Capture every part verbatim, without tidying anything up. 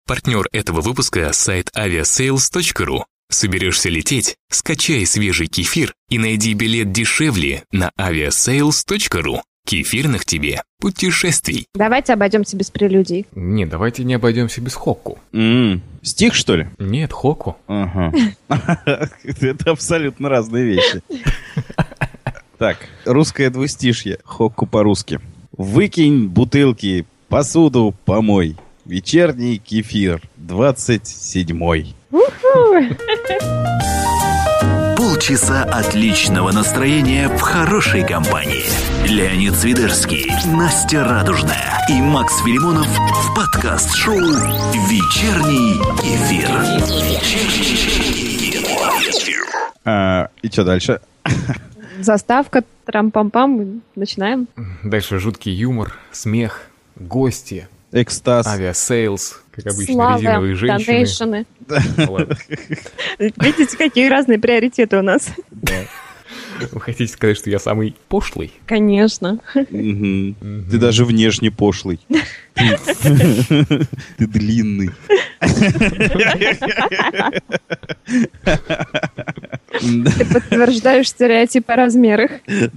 Партнер этого выпуска – сайт авиасейлс точка ру. Соберешься лететь? Скачай свежий кефир и найди билет дешевле на авиасейлс точка ру. Кефирных тебе путешествий. Давайте обойдемся без прелюдий. Не, давайте не обойдемся без хокку. Mm. Стих, что ли? Нет, хокку. Ага. Это абсолютно разные вещи. Так, русское двустишье, хокку по-русски. Выкинь бутылки, посуду помой. Вечерний кефир, двадцать седьмой. Полчаса отличного настроения в хорошей компании. Леонид Свидерский, Настя Радужная и Макс Филимонов в подкаст-шоу «Вечерний эфир». Вечерний эфир. А, и что дальше? Заставка, трам-пам-пам, начинаем. Дальше жуткий юмор, смех, гости, экстаз, авиасейлс, как обычно, слава, резиновые женщины. Донейшены. Видите, какие разные приоритеты у нас. Вы хотите сказать, что я самый пошлый? Конечно. Угу. Ты даже внешне пошлый. Ты длинный. Ты подтверждаешь стереотипы о размерах.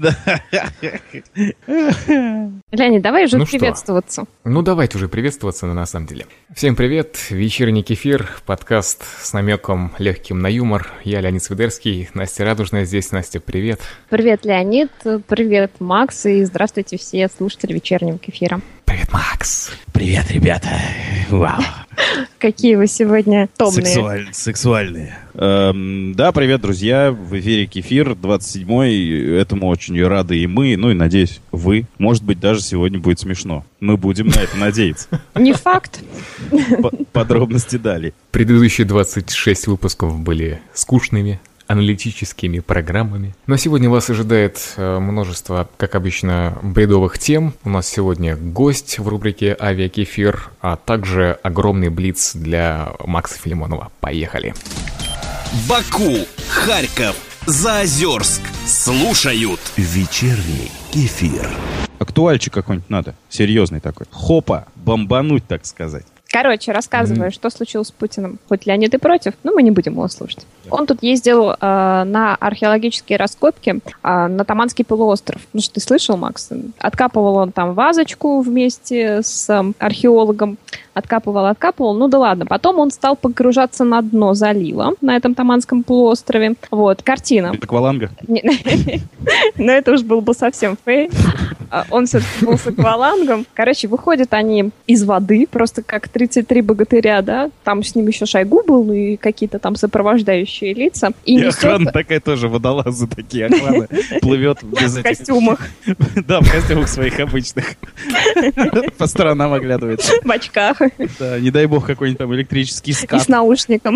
Леонид, давай уже Ну приветствоваться. Ну, давайте уже приветствоваться на самом деле. Всем привет, вечерний кефир, подкаст с намеком легким на юмор. Я Леонид Свидерский, Настя Радужная здесь. Настя, привет. Привет, Леонид, привет, Макс, и здравствуйте все слушатели вечернего кефира. Привет, Макс. Привет, ребята. Вау. Какие вы сегодня томные. Сексуаль... Сексуальные. Эм, да, привет, друзья. В эфире Кефир, двадцать седьмой. Этому очень рады и мы, ну и, надеюсь, вы. Может быть, даже сегодня будет смешно. Мы будем на это надеяться. Не факт. Подробности далее. Предыдущие двадцать шесть выпусков были скучными, аналитическими программами. Но сегодня вас ожидает множество, как обычно, бредовых тем. У нас сегодня гость в рубрике «Авиакефир», а также огромный блиц для Макса Филимонова. Поехали! Баку, Харьков, Заозерск слушают «Вечерний эфир». Актуальчик какой-нибудь надо. Серьезный такой. Хопа, бомбануть, так сказать. Короче, рассказываю, mm-hmm. что случилось с Путиным. Хоть Леонид и против, но мы не будем его слушать. Он тут ездил э, на археологические раскопки э, на Таманский полуостров. Ну что, ты слышал, Макс? Откапывал он там вазочку вместе с э, археологом. Откапывал, откапывал. Ну да ладно. Потом он стал погружаться на дно залива на этом Таманском полуострове. Вот, картина. Акваланга? Но это уж был бы совсем фейк. Он все-таки был с аквалангом. Короче, выходят они из воды, просто как тридцать три богатыря, да? Там с ним еще Шойгу был, ну и какие-то там сопровождающие лица. И, и охрана такая тоже, водолазы такие, охрана плывет без этих... В костюмах. Да, в костюмах своих обычных. По сторонам оглядывается. В очках. Да, не дай бог какой-нибудь там электрический скат. И с наушником.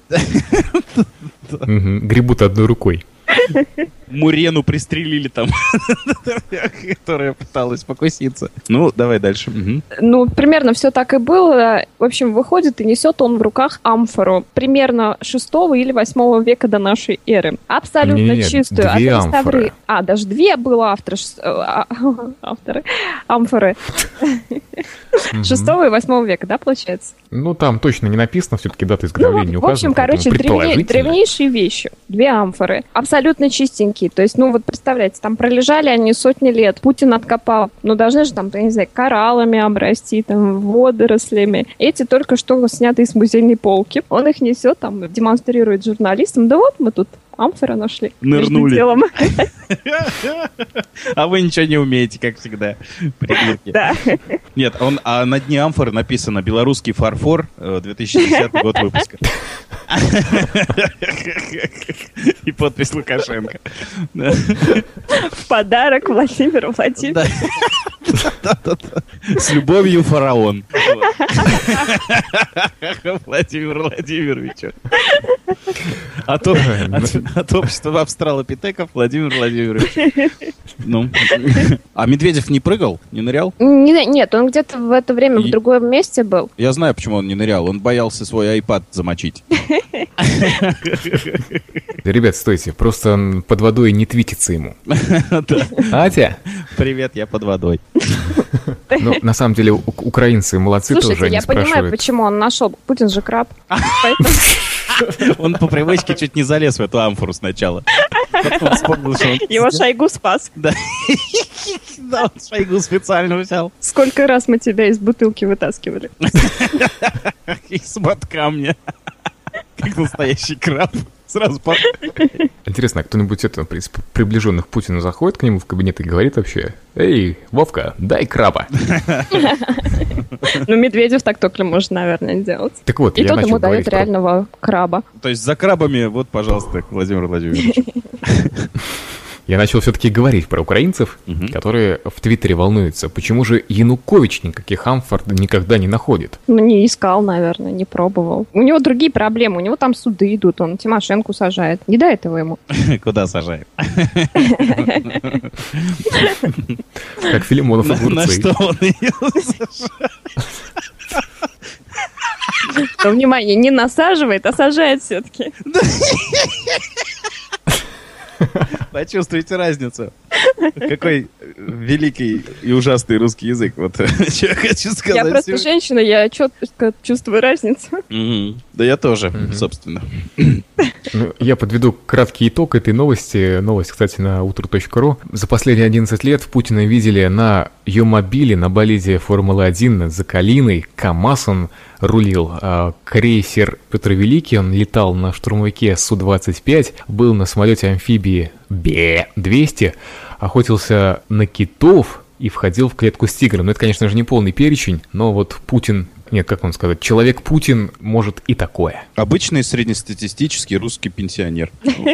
Гребут одной рукой. Мурену пристрелили там, которая пыталась покуситься. Ну, давай дальше. Угу. Ну, примерно все так и было. В общем, выходит и несет он в руках амфору. Примерно шестого или восьмого века до нашей эры. Абсолютно Не-не-не, чистую. две Отреставри... амфоры. А, даже две было автор... авторы. Амфоры. Шестого и восьмого века, да, получается? Ну, там точно не написано, все-таки дата изготовления не указана. В общем, короче, древне... древнейшие вещи. Две амфоры. Абсолютно чистенькие. То есть, ну вот представляете, там пролежали они сотни лет. Путин откопал. Ну, должны же там, я не знаю, кораллами обрасти, там, водорослями. Эти только что сняты из музейной полки. Он их несет, там, демонстрирует журналистам. Да вот мы тут амфоры нашли. Нырнули. А вы ничего не умеете, как всегда. Придурки. Да. Нет, он, а на дне амфоры написано «Белорусский фарфор, две тысячи десятый год выпуска». И подпись Лукашенко. В подарок Владимиру Владимировичу. С любовью, фараон. Владимиру Владимировичу. От, от, от общества австралопитеков Владимир Владимирович. Ну. А Медведев не прыгал? Не нырял? Не, нет, он где-то в это время И... в другом месте был. Я знаю, почему он не нырял. Он боялся свой iPad замочить. Ребят, стойте, просто под водой не твитится ему. Атя? Привет, я под водой. Ну, на самом деле, у- украинцы молодцы тоже, Слушайте, они я понимаю, спрашивают. почему он нашел. Путин же краб. Поэтому- Он по привычке чуть не залез в эту амфору сначала. Потом вспомнил, что он... Его Шойгу спас. Да. Да, он Шойгу специально взял. Сколько раз мы тебя из бутылки вытаскивали. Из-под камня. Как настоящий краб. Сразу под... Интересно, а кто-нибудь это, из приближенных к Путину заходит к нему в кабинет и говорит вообще: «Эй, Вовка, дай краба». Ну, Медведев так только может, наверное, делать. Так вот, И я тот начал ему говорить дает про- реального краба. То есть за крабами, вот, пожалуйста, Владимир Владимирович. Я начал все-таки говорить про украинцев, Мгм. которые в Твиттере волнуются. Почему же Янукович никаких амфор никогда не находит? Ну, не искал, наверное, не пробовал. У него другие проблемы. У него там суды идут, он Тимошенко сажает. Не до этого ему. Куда сажает? Как Филимонов На на огурцы. что он ее Но, внимание, не насаживает, а сажает все-таки. Почувствуйте разницу. Какой великий и ужасный русский язык. Вот что я хочу сказать. Я просто сегодня. женщина, я четко чувствую разницу. Мгм. Да я тоже, собственно. Ну, я подведу краткий итог этой новости. Новость, кстати, на утро точка ру. За последние одиннадцать лет Путина видели на Йомобиле, на болиде Формулы один за Калиной. КамАЗ он рулил. А крейсер Петр Великий, он летал на штурмовике Су двадцать пять, был на самолете амфибии Бе двести, охотился на китов и входил в клетку с тигром. Ну, это, конечно же, не полный перечень, но вот Путин... Нет, как вам сказать, человек Путин может и такое. Обычный среднестатистический русский пенсионер.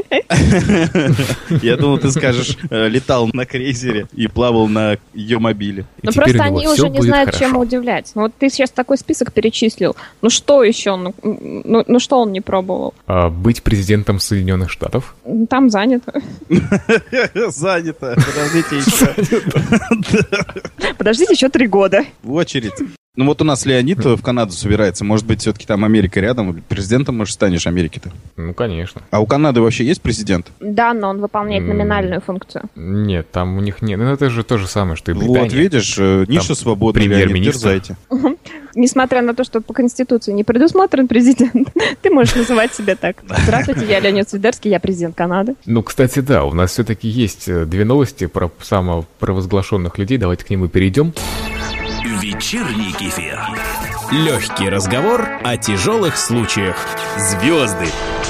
Я думал, ты скажешь, э, летал на крейсере и плавал на Йомобиле. И Ну теперь просто у него они всё уже не будет знают, хорошо. чем удивлять. Ну, вот ты сейчас такой список перечислил. Ну что еще? он- Ну, ну что он не пробовал? А быть президентом Соединенных Штатов? Там занято. Занято. Подождите еще. Подождите еще три года. В очередь. Ну вот у нас Леонид в Канаду собирается. Может быть, все-таки там Америка рядом. Президентом, может, станешь Америки-то. Ну, конечно. А у Канады вообще есть президент? Да, но он выполняет М. номинальную функцию. Нет, там у них нет. Ну, это же то же самое, что и Британия. Вот, видишь, э, ниша Там свободна, Леонид, премьер-министр. дерзайте. Несмотря на то, что по Конституции не предусмотрен президент, ты можешь называть себя так. Здравствуйте, я Леонид Свидерский, я президент Канады. Ну, кстати, да, у нас все-таки есть э, две новости про самопровозглашенных людей. Давайте к ним и перейдем. Вечерний кефир. Легкий разговор о тяжелых случаях. Звезды.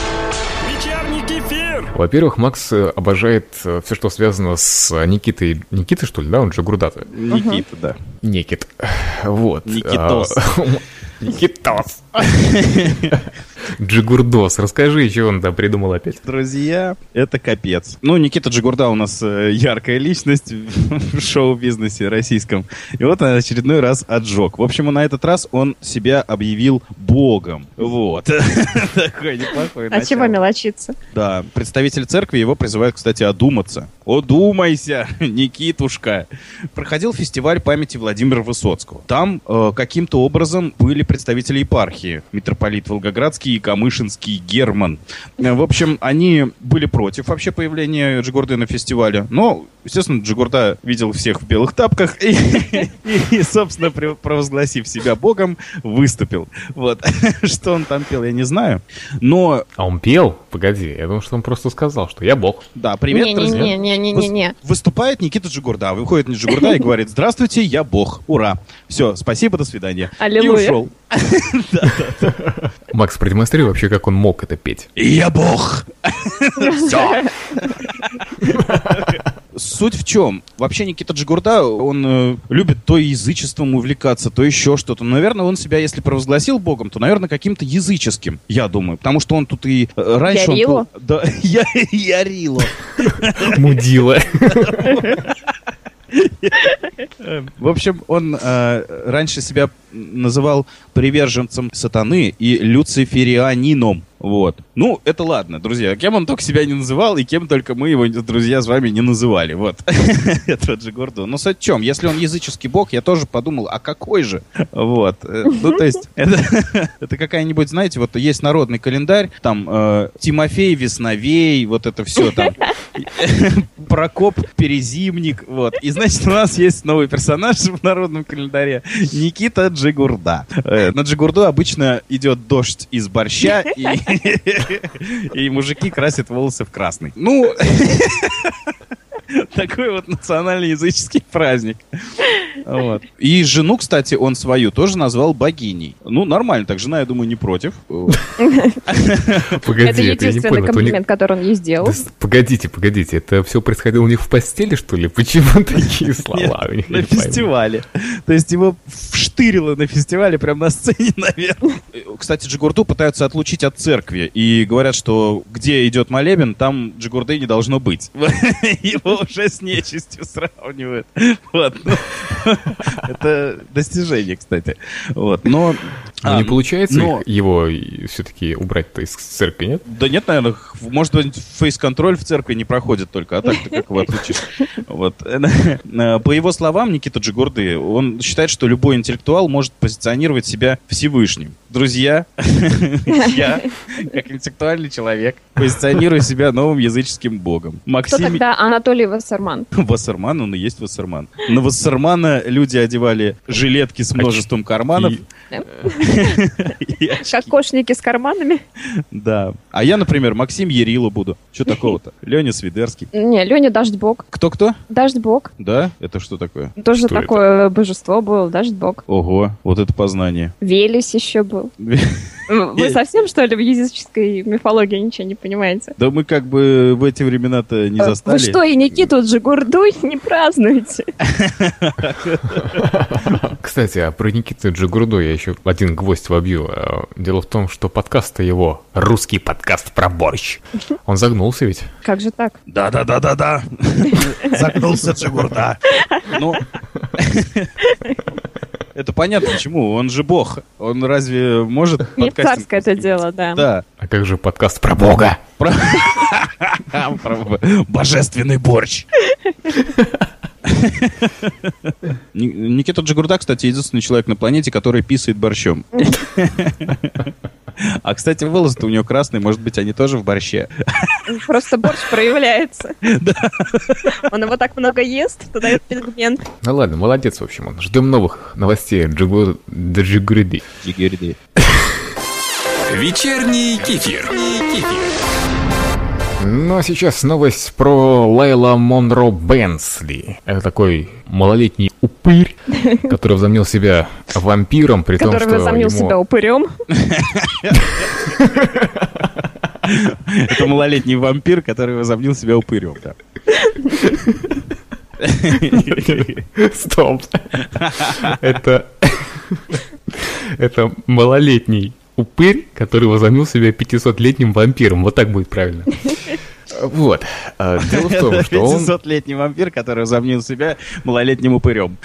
Во-первых, Макс э, обожает все, что связано с Никитой. Никитой, что ли, да? Он же Грудатый. Никита, да. Никит. Вот. Никитос. А, Никитос. Джигурдос. Расскажи, что он там придумал опять. Друзья, это капец. Ну, Никита Джигурда у нас э, яркая личность в шоу-бизнесе российском. И вот он очередной раз отжег. В общем, на этот раз он себя объявил богом. Вот. Такой неплохой А начало. чего мелочиться? Да, представитель церкви его призывают, кстати, одуматься. Одумайся, Никитушка. Проходил фестиваль памяти Владимира Высоцкого. Там э, каким-то образом были представители епархии. Митрополит Волгоградский и Камышинский Герман. Э, В общем, они были против вообще появления Джигурды на фестивале. Но, естественно, Джигурда видел всех в белых тапках и, и, собственно, при- провозгласив себя богом, выступил. Вот. Что он там пел, я не знаю. Но, А он пел? Погоди, я думал, что он просто сказал, что я бог. да, привет, друзья. Не-не-не-не-не-не. Выступает Никита Джигурда, выходит на Джигурда и говорит: здравствуйте, я бог, ура. Все, спасибо, до свидания. Аллилуйя. И ушел. Макс, продемонстрируй вообще, как он мог это петь. Я бог. Все. Суть в чем? Вообще Никита Джигурда, он э, любит то язычеством увлекаться, то еще что-то. Но, наверное, он себя, если провозгласил богом, то, наверное, каким-то языческим, я думаю. Потому что он тут и э, раньше... он Ярило? был- Да, я, Ярило. Мудила. В общем, он э, раньше себя называл приверженцем сатаны и люциферианином. Вот. Ну, это ладно, друзья. Кем он только себя не называл, и кем только мы его, друзья, с вами не называли. Вот. Это Джигурду. Но суть в чем? Если он языческий бог, я тоже подумал, а какой же? Вот. Ну, то есть, это какая-нибудь, знаете, вот есть народный календарь, там Тимофей Весновей, вот это все там. Прокоп Перезимник. Вот. И, значит, у нас есть новый персонаж в народном календаре. Никита Джигурда. На Джигурду обычно идет дождь из борща, и и мужики красят волосы в красный. Ну, такой вот национальный языческий праздник. Вот. И жену, кстати, он свою тоже назвал богиней. Ну, нормально, так жена, я думаю, не против. Это единственный комплимент, который он ей сделал. Погодите, погодите, это все происходило у них в постели, что ли? Почему такие слова? На фестивале. То есть его вштырило на фестивале, прям на сцене, наверное. Кстати, Джигурду пытаются отлучить от церкви. И говорят, что где идет молебен, там Джигурды не должно быть. Его уже с нечистью сравнивают. Вот. Это достижение, кстати. Вот. Но... А, не получается но... его все-таки убрать-то из церкви, нет? Да нет, наверное. Может быть, фейс-контроль в церкви не проходит только, а так-то как его отличишь. Вот. По его словам, Никита Джигурды, он считает, что любой интеллектуал может позиционировать себя Всевышним. Друзья, я, как интеллектуальный человек, позиционирую себя новым языческим богом. Максим... Кто тогда Анатолий Вассерман? Вассерман, он и есть Вассерман. На Вассермана люди одевали жилетки с множеством карманов. Кокошники с карманами. Да. А я, например, Максим Ярило буду. Что такого-то? Леня Свидерский. Не, Леня Дождьбог. Кто-кто? Дождьбог. Да? Это что такое? Тоже такое божество было, Дождьбог. Ого, вот это познание. Велес еще был. Вы совсем, что ли, в языческой мифологии ничего не понимаете? Да мы как бы в эти времена-то не застали. Вы что, и Никиту Джигурду не празднуете? Кстати, а про Никиту Джигурду я еще один гвоздь вобью. Дело в том, что подкаст-то его русский подкаст про борщ. Он загнулся ведь. Как же так? Да-да-да-да-да. Загнулся Джигурда. Ну... Это понятно, почему. Он же бог. Он разве может... Не царское это дело, да. Да. А как же подкаст про бога? Про божественный борщ. Никита Джигурда, кстати, единственный человек на планете, который писает борщом. А, кстати, волосы-то у него красные, может быть, они тоже в борще. Просто борщ проявляется. Да. Он его так много ест, что дает пигмент. Ну ладно, молодец, в общем. Ждем новых новостей Джигурды. Джигурды. Вечерний кефир. Ну а сейчас новость про Лейла Монро Бенсли. Это такой малолетний упырь, который возомнил себя вампиром, при том, что который возомнил ему... себя упырем. Это малолетний вампир, который возомнил себя упырем. Стоп. Это... Это малолетний упырь, который возомнил себя пятисотлетним вампиром. Вот так будет правильно. Вот. Дело в том, что он... пятисотлетний вампир, который возомнил себя малолетним упырем.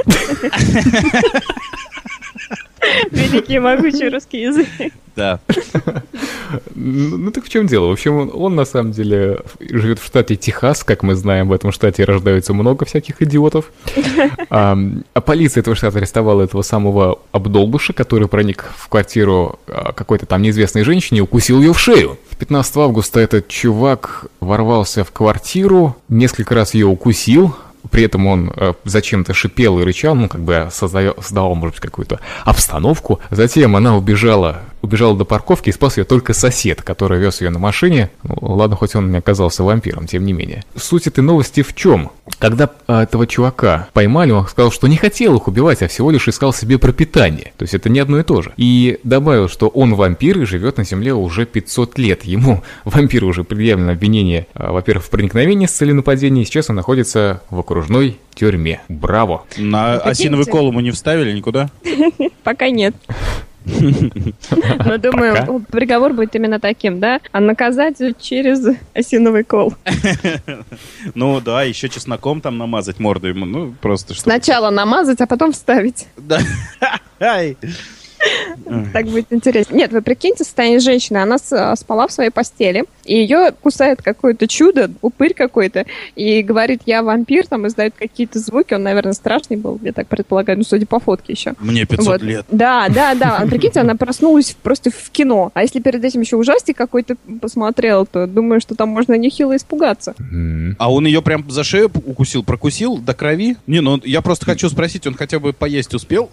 Великий могучий русский язык. Да. Ну, ну так в чем дело? В общем, он, он на самом деле живет в штате Техас, как мы знаем, в этом штате рождаются много всяких идиотов. А, а полиция этого штата арестовала этого самого обдолбыша, который проник в квартиру какой-то там неизвестной женщине и укусил ее в шею. пятнадцатого августа этот чувак ворвался в квартиру, несколько раз ее укусил. При этом он э, зачем-то шипел и рычал, ну, как бы создавал, создавал, может быть, какую-то обстановку. Затем она убежала, убежала до парковки, и спас ее только сосед, который вез ее на машине. Ну, ладно, хоть он не оказался вампиром, тем не менее. Суть этой новости в чем? Когда э, этого чувака поймали, он сказал, что не хотел их убивать, а всего лишь искал себе пропитание. То есть это не одно и то же. И добавил, что он вампир и живет на Земле уже пятьсот лет. Ему, вампиру, уже предъявлено обвинение, э, во-первых, в проникновении с целью нападения, и сейчас он находится в окружной тюрьме. Браво! На осиновый кол ему не вставили никуда? Пока нет. Но думаю, приговор будет именно таким, да? А наказать через осиновый кол. Ну да, еще чесноком там намазать морду ему, ну просто что. Сначала намазать, а потом вставить. Да. Ай. Так будет интересно. Нет, вы прикиньте, состояние женщины. Она спала в своей постели, и ее кусает какое-то чудо, упырь какой-то, и говорит, я вампир, там издает какие-то звуки. Он, наверное, страшный был, я так предполагаю, ну, судя по фотке еще. Мне пятьсот вот. Лет. Да, да, да. Прикиньте, она проснулась просто в кино. А если перед этим еще ужастик какой-то посмотрел, то думаю, что там можно нехило испугаться. А он ее прям за шею укусил, прокусил до крови? Не, ну я просто хочу спросить, он хотя бы поесть успел?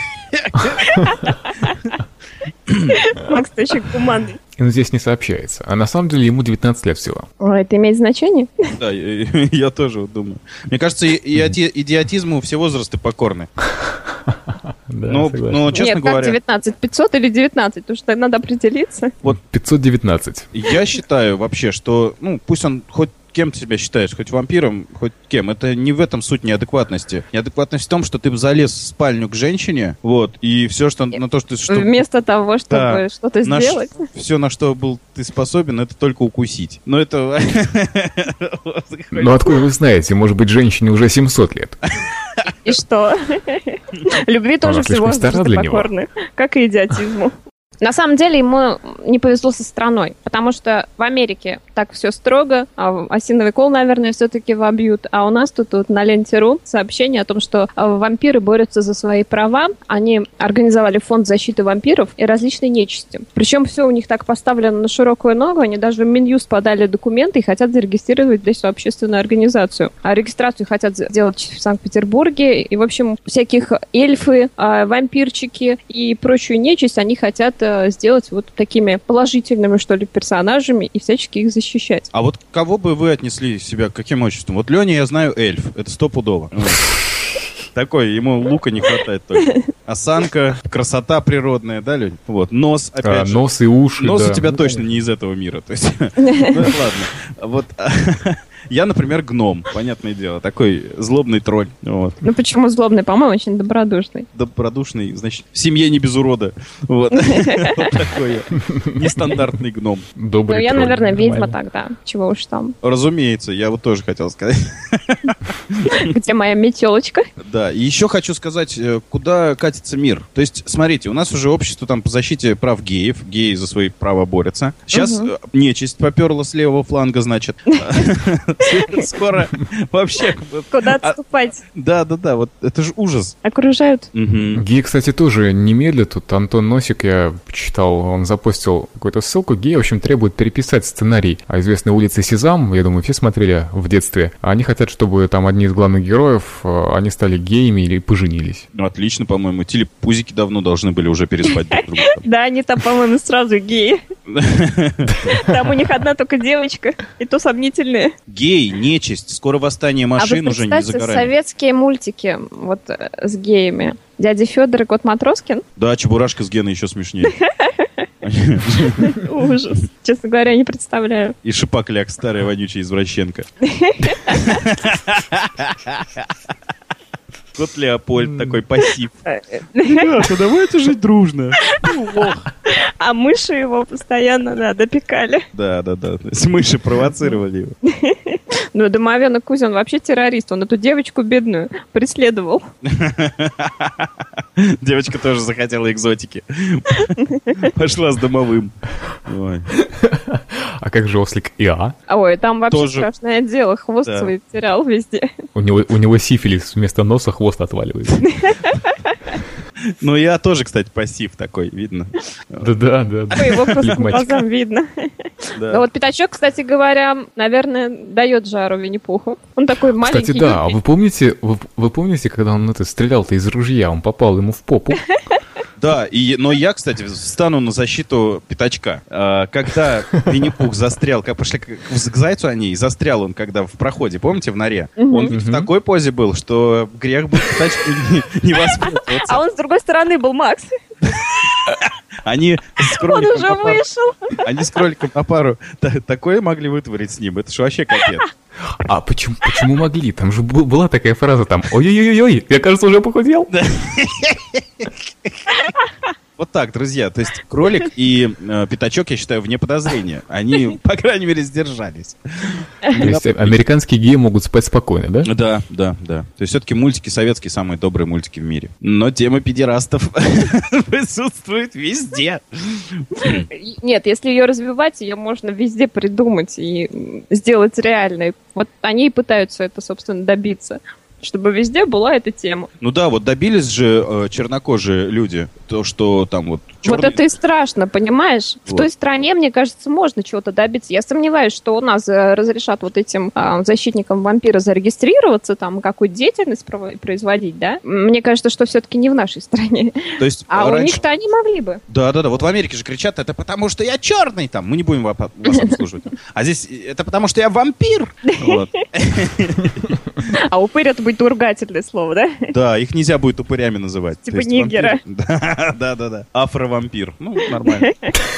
Макс, ты очень гуманный. Но здесь не сообщается. А на самом деле ему девятнадцать лет всего. Ой, это имеет значение? Да, я, я тоже вот думаю. Мне кажется, иди- идиотизму все возрасты покорны. Да, ну, ну, честно Нет, говоря... как девятнадцать? пятьсот или девятнадцать? Потому что надо определиться. Вот пятьсот девятнадцать. Я считаю вообще, что, ну, пусть он хоть кем ты себя считаешь, хоть вампиром, хоть кем, это не в этом суть неадекватности. Неадекватность в том, что ты залез в спальню к женщине, вот, и все, что на то, что... что вместо того, чтобы да, что-то сделать. Ш... Все, на что был ты способен, это только укусить. Но это... Ну, откуда вы знаете? Может быть, женщине уже семьсот лет. И что? Любви тоже всего покорны, как и идиотизму. На самом деле ему не повезло со страной, потому что в Америке так все строго, а осиновый кол, наверное, все-таки вобьют, а у нас тут вот на ленте.ру сообщение о том, что вампиры борются за свои права, они организовали фонд защиты вампиров и различной нечисти. Причем все у них так поставлено на широкую ногу, они даже в Минюст подали документы и хотят зарегистрировать здесь общественную организацию. А регистрацию хотят сделать в Санкт-Петербурге, и, в общем, всяких эльфы, вампирчики и прочую нечисть они хотят сделать вот такими положительными, что ли, персонажами и всячески их защищать. А вот кого бы вы отнесли себя к каким отчествам? Вот Леня, я знаю, эльф. Это стопудово. Такой, ему лука не хватает только. Осанка, красота природная, да, Лень? Вот, нос, опять а, же. Нос и уши, Нос да. у тебя точно не из этого мира. То есть, ну, ладно. Вот... Я, например, гном, понятное дело, такой злобный тролль. Вот. Ну почему злобный? По-моему, очень добродушный. Добродушный, значит, в семье не без урода. Вот такой нестандартный гном. Ну я, наверное, ведьма тогда. Чего уж там. Разумеется, я вот тоже хотел сказать. Где моя метелочка? Да, и еще хочу сказать, куда катится мир. То есть, смотрите, у нас уже общество там по защите прав геев, геи за свои права борются. Сейчас нечисть поперла с левого фланга, значит. Скоро вообще... Куда отступать? Да, да, да, вот это же ужас. Окружают. Угу. Геи, кстати, тоже не медлят. Тут Антон Носик, я читал, он запостил какую-то ссылку. Геи, в общем, требуют переписать сценарий о известной улице Сезам. Я думаю, все смотрели в детстве. Они хотят, чтобы там одни из главных героев, они стали геями или поженились. Ну, отлично, по-моему. Телепузики давно должны были уже переспать друг друга. Да, они там, по-моему, сразу геи. Там у них одна только девочка, и то сомнительная. Гей, нечисть, скоро восстание машин а уже не за горами. Советские мультики вот с геями. Дядя Федор и Кот Матроскин. Да, Чебурашка с Геной еще смешнее. Ужас. Честно говоря, не представляю. И Шипокляк, старая вонючая извращенка. Кот Леопольд, такой пассив. Ребята, давайте жить дружно. А мыши его постоянно, да, допекали. Да, да, да. То есть мыши провоцировали его. Ну, домовенок Кузя, он вообще террорист. Он эту девочку бедную преследовал. Девочка тоже захотела экзотики. Пошла с домовым. Ой. А как же ослик Иа? Ой, там вообще тоже... страшное дело. Хвост да. свой терял везде. У него, у него сифилис, вместо носа хвост отваливается. Ну, я тоже, кстати, пассив такой, видно. Да-да, да. По его просто глазам видно. Но вот Пятачок, кстати говоря, наверное, дает жару Винни-Пуху. Он такой маленький. Кстати, да, а вы помните, вы, вы помните, когда он это стрелял-то из ружья, он попал ему в попу? Да, и, но я, кстати, встану на защиту Пятачка. А, когда Винни-Пух застрял, как пошли к, к зайцу они, и застрял он когда в проходе, помните, в норе? Угу. Он ведь угу. в такой позе был, что грех был Пятачку не, не воспользоваться. А он с другой стороны был, Макс. Они с кроликом он уже на пару, вышел. Они с кроликом на пару та, такое могли вытворить с ним. Это же вообще капец. А почему, почему могли? Там же была такая фраза там: ой-ой-ой-ой, я, кажется, уже похудел. Вот так, друзья. То есть кролик и э, пятачок, я считаю, вне подозрения. Они, по крайней мере, сдержались. То есть американские геи могут спать спокойно, да? Да, да, да. То есть все-таки мультики советские самые добрые мультики в мире. Но тема педерастов присутствует везде. Нет, если ее развивать, ее можно везде придумать и сделать реальной. Вот они и пытаются это, собственно, добиться. Чтобы везде была эта тема. Ну да, вот добились же э, чернокожие люди, то, что там вот... Черный... Вот это и страшно, понимаешь? Вот. В той стране, мне кажется, можно чего-то добиться. Я сомневаюсь, что у нас разрешат вот этим э, защитникам вампира зарегистрироваться, там, какую-то деятельность производить, да? Мне кажется, что все-таки не в нашей стране. То есть, а раньше... у них-то они могли бы. Да-да-да, вот в Америке же кричат, это потому что я черный, там, мы не будем вас обслуживать. А здесь, это потому что я вампир. А упырь — это будет ругательное слово, да? Да, их нельзя будет упырями называть. Типа нигера. Да-да-да. Афро-вампир. Ну, нормально.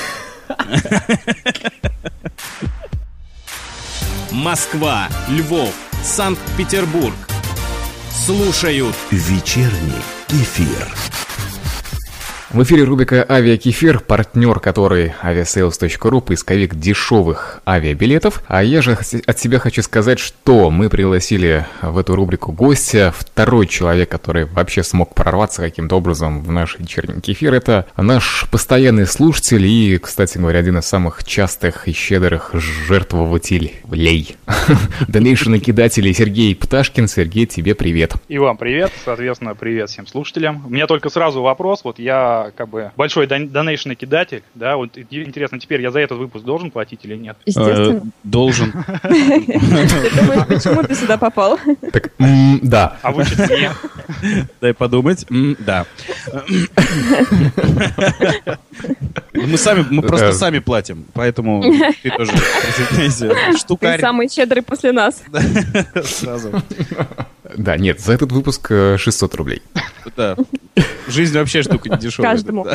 Москва, Львов, Санкт-Петербург. Слушают «Вечерний кефир». В эфире рубрика «Авиакефир», партнер которой авиасейлс точка ру, поисковик дешевых авиабилетов. А я же от себя хочу сказать, что мы пригласили в эту рубрику гостя. Второй человек, который вообще смог прорваться каким-то образом в наш вечерний кефир, это наш постоянный слушатель и, кстати говоря, один из самых частых и щедрых жертвователей донейшн-накидателей Сергей Пташкин. Сергей, тебе привет. И вам привет, соответственно, привет всем слушателям. У меня только сразу вопрос, вот я как бы большой донейшн-накидатель, да, вот интересно, теперь я за этот выпуск должен платить или нет? Естественно. Должен. Ты думаешь, почему ты сюда попал? Так, да. А вы что-то нет? Дай подумать. Да. Мы сами, мы просто сами платим, поэтому ты тоже присоединяйся. Штукарь. Ты самый щедрый после нас. Сразу. Да, нет, за этот выпуск шестьсот рублей. Да. Жизнь вообще штука не дешевая. Каждому.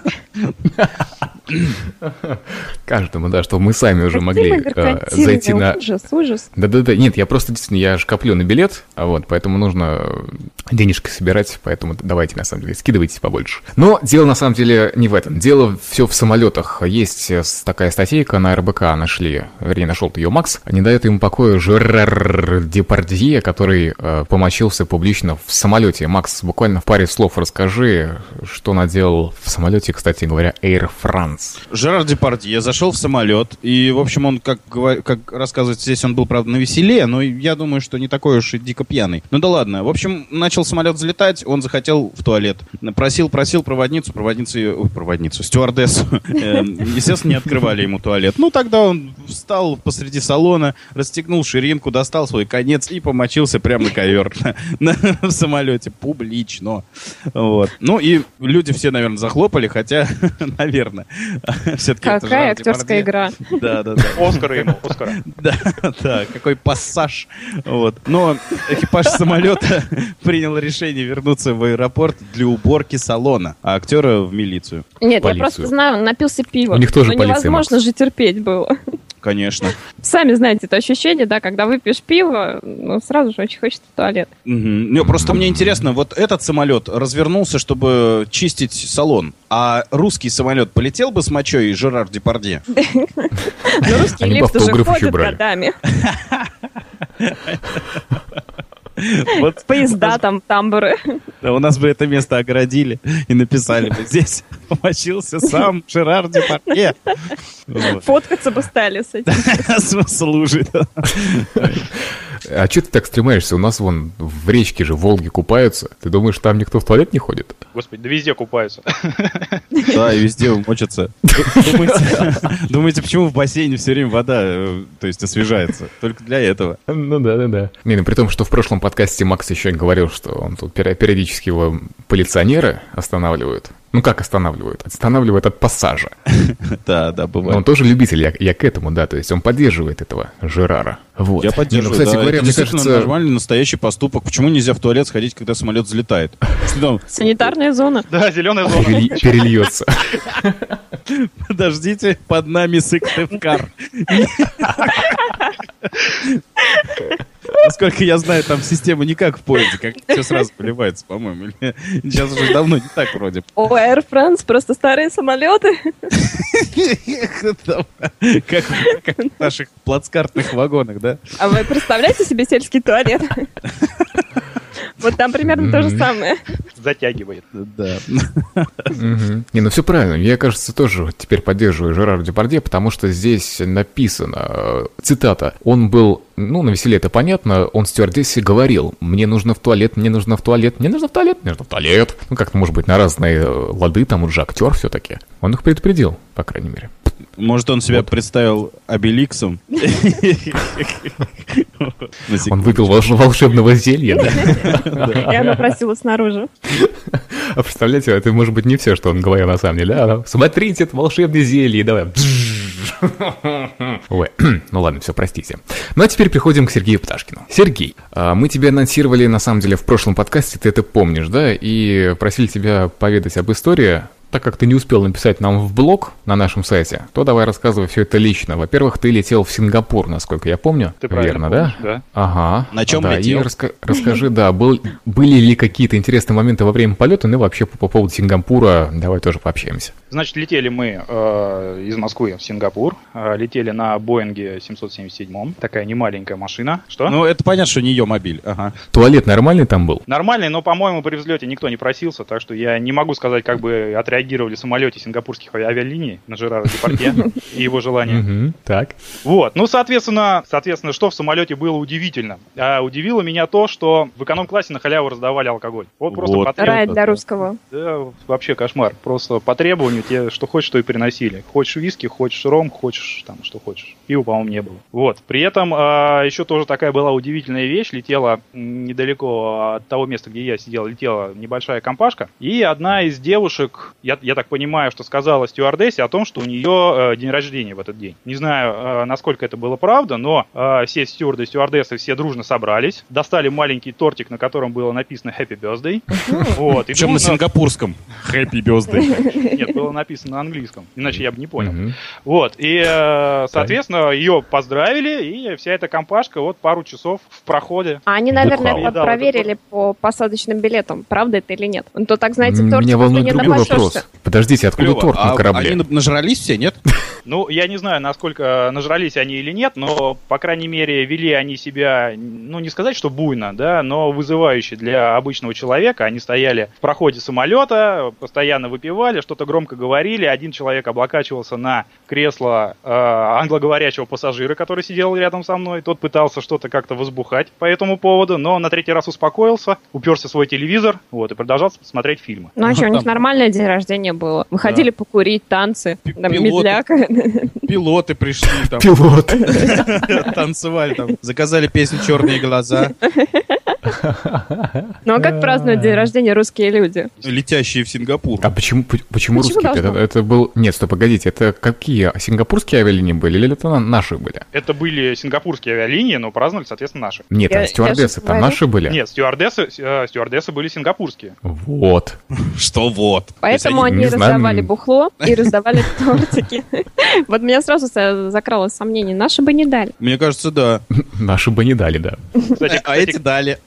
Каждому, да, чтобы мы сами уже могли э, зайти на... Ужас, ужас. Да-да-да, нет, я просто действительно, я же коплю на билет, а вот, поэтому нужно денежки собирать, поэтому давайте, на самом деле, скидывайтесь побольше. Но дело, на самом деле, не в этом. Дело все в самолетах. Есть такая статейка на эр бэ ка, нашли, вернее, нашел-то ее Макс, не дает ему покоя Жерар Депардье, который э, помочился публично в самолете. Макс, буквально в паре слов расскажи, что наделал в самолете, кстати говоря, Air France. Жерар Депардье зашел в самолет, и, в общем, он, как, как рассказывается здесь, он был, правда, навеселее, но я думаю, что не такой уж и дико пьяный. Ну да ладно. В общем, начал самолет взлетать, он захотел в туалет. Просил, просил проводницу, проводницу, проводницу, стюардессу. Естественно, не открывали ему туалет. Ну, тогда он встал посреди салона, расстегнул ширинку, достал свой конец и помочился прямо на ковер в самолете, публично. Вот. Ну, и люди все, наверное, захлопали, хотя, наверное, все-таки это какая актерская игра. Да, да, да. Оскара ему, Оскара. Да, да, какой пассаж. Вот. Но экипаж самолета принял решение вернуться в аэропорт для уборки салона, а актера в милицию. Нет, я просто знаю, он напился пива. У них тоже но полиция, невозможно же терпеть было. Конечно. Сами знаете это ощущение, да, когда выпьешь пиво, ну, сразу же очень хочется в туалет. Угу. Не, просто мне интересно, вот этот самолет развернулся, чтобы чистить салон, а русский самолет полетел бы с мочой Жерар Депардье? Но русские лифты же ходят годами. Вот. Поезда там, тамбуры. Да, у нас бы это место оградили и написали бы: здесь помочился сам Жерар Депардье. Вот. Фоткаться бы стали с этим. Служит. А что ты так стремаешься? У нас вон в речке же, в Волге купаются. Ты думаешь, там никто в туалет не ходит? Господи, да везде купаются. Да, и везде мочатся. Думаете, почему в бассейне все время вода, то есть, освежается? Только для этого. Ну да, да, да. Не, ну при том, что в прошлом подкасте Макс еще говорил, что он тут периодически его полиционеры останавливают. Ну как останавливают? Останавливают от пассажа. Да, да, бывает. Но он тоже любитель, я, я к этому, да, то есть он поддерживает этого Жерара. Вот. Я поддерживаю, ну, кстати да, говоря, это мне действительно кажется... нормальный, настоящий поступок. Почему нельзя в туалет сходить, когда самолет взлетает? Санитарная зона. Да, зеленая зона. Перельется. Подождите, под нами Сыктывкар. Насколько я знаю, там система не как в поезде, как все сразу поливается, по-моему. Сейчас уже давно не так вроде. О, Air France, просто старые самолеты. Как в наших плацкартных вагонах, да? А вы представляете себе сельский туалет? Вот там примерно то же самое. Затягивает. Да. Не, ну все правильно. Я, кажется, тоже теперь поддерживаю Жерара Депардье, потому что здесь написано, цитата, он был, ну, на веселе это понятно, он стюардессе говорил, мне нужно в туалет, мне нужно в туалет, мне нужно в туалет, мне нужно в туалет. Ну, как-то, может быть, на разные лады, там он же актер все-таки. Он их предупредил, по крайней мере. Может, он себя вот представил Обеликсом? Он выпил волшебного зелья, да? И она просила снаружи. А представляете, это может быть не все, что он говорил на самом деле. Да? Смотрите, это волшебное зелье, давай. Ой, ну ладно, все, простите. Ну а теперь приходим к Сергею Пташкину. Сергей, мы тебя анонсировали на самом деле в прошлом подкасте, ты это помнишь, да? И просили тебя поведать об истории. Так как ты не успел написать нам в блог на нашем сайте, то давай рассказывай все это лично. Во-первых, ты летел в Сингапур, насколько я помню. Ты верно, помнишь, да? Да. Ага. На чем да, летел? И раска- расскажи, да, был, были ли какие-то интересные моменты во время полета, ну и вообще по, по поводу Сингапура, давай тоже пообщаемся. Значит, летели мы э, из Москвы в Сингапур, э, летели на Боинге семьсот семьдесят семь, такая немаленькая машина. Что? Ну, это понятно, что не ее мобиль. Ага. Туалет нормальный там был? Нормальный, но, по-моему, при взлете никто не просился, так что я не могу сказать, как бы отреагировали в самолете сингапурских авиалиний на Жерара Депардье и его желание. Так. Вот, ну, соответственно, соответственно, что в самолете было удивительно? А, удивило меня то, что в эконом-классе на халяву раздавали алкоголь. Вот просто Вот. по требованию. Рай для русского. Да, вообще кошмар. Просто по требованию тебе что хочешь, то и приносили. Хочешь виски, хочешь ром, хочешь там что хочешь. Пива, по-моему, не было. Вот. При этом а, еще тоже такая была удивительная вещь. Летела недалеко от того места, где я сидел, летела небольшая компашка. И одна из девушек, я, я так понимаю, что сказала стюардессе о том, что у нее э, день рождения в этот день. Не знаю, э, насколько это было правда, но э, все стюарды и стюардессы все дружно собрались, достали маленький тортик, на котором было написано Happy Birthday. Вот, и Причем на дружно- сингапурском. Happy birthday. Нет, было написано на английском, иначе я бы не понял. Вот, и, э, соответственно, ее поздравили, и вся эта компашка вот пару часов в проходе. А они, наверное, Бухал. это проверили по посадочным билетам, правда это или нет. Ну, то так, знаете, торт Меня волнует не другой напасешься. вопрос. Подождите, откуда Клево. торт на А корабле? они нажрались все, нет? Ну, я не знаю, насколько нажрались они или нет, но, по крайней мере, вели они себя, ну, не сказать, что буйно, да, но вызывающе для обычного человека. Они стояли в проходе самолета, постоянно выпивали, что-то громко говорили. Один человек облокачивался на кресло э, англоговорящего пассажира, который сидел рядом со мной. Тот пытался что-то как-то возбухать по этому поводу, но на третий раз успокоился, уперся в свой телевизор, вот, и продолжал смотреть фильмы. Ну, а что, у них Там- нормальный день рождения было. Выходили покурить, танцы, Пи- там, пилоты. медляк. Пилоты пришли там, Пилот. танцевали там, заказали песню «Черные глаза», Ну, а как празднуют день рождения русские люди? летящие в Сингапур. А почему, п- почему, Почему русские? Это, должно? это был... Нет, стоп, погодите, это какие? Сингапурские авиалинии были или это на- наши были? Это были сингапурские авиалинии, но праздновали, соответственно, наши. Нет, Я- а я стюардессы же там говорю. наши были? Нет, стюардессы, э, стюардессы были сингапурские. Вот. Что вот? Поэтому они они не знаю, раздавали м. бухло и раздавали тортики. Вот меня сразу за- закралось сомнение. Наши бы не дали. Мне кажется, да. Наши бы не дали, да. Кстати, А кстати, эти дали.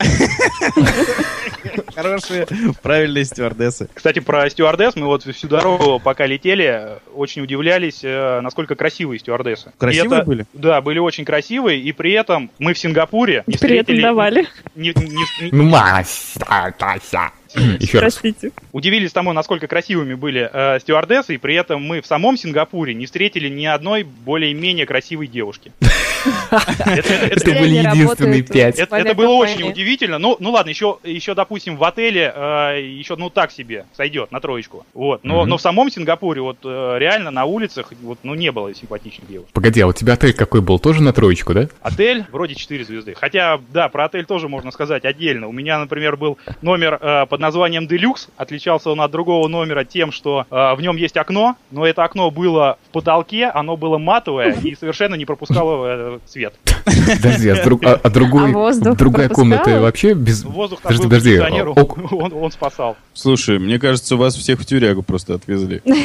Хорошие, правильные стюардессы. Кстати, про стюардесс мы вот всю дорогу, пока летели, очень удивлялись, э, насколько красивые стюардессы. Красивые И это- были? Да, были очень красивые, и при этом мы в Сингапуре не При этом встретили... давали. не- не- не- Ну, Мася, Тася. Еще раз. Простите. удивились тому, насколько красивыми были э, стюардессы, и при этом мы в самом Сингапуре не встретили ни одной более-менее красивой девушки. Это- это- Это это- были Они единственные работают пять. Это, в это было очень авиакомпании. удивительно. Ну, ну ладно, еще, еще, допустим, в отеле э, еще, ну, так себе сойдет, на троечку. Вот. Но, Мгм. но в самом Сингапуре, вот э, реально на улицах, вот, ну, не было симпатичных девушек. Погоди, а у тебя отель какой был? Тоже на троечку, да? Отель вроде четыре звезды. Хотя, да, про отель тоже можно сказать отдельно. У меня, например, был номер э, под названием «Делюкс». Отличался он от другого номера тем, что э, в нем есть окно, но это окно было в потолке, оно было матовое и совершенно не пропускало э, свет. Подожди, а, друг, а, а другой, А другая пропускала? комната вообще без... Воздух там Подожди, был подожди, кондиционер, а, ок- он, он спасал. Слушай, мне кажется, вас всех в тюрягу просто отвезли. Ну,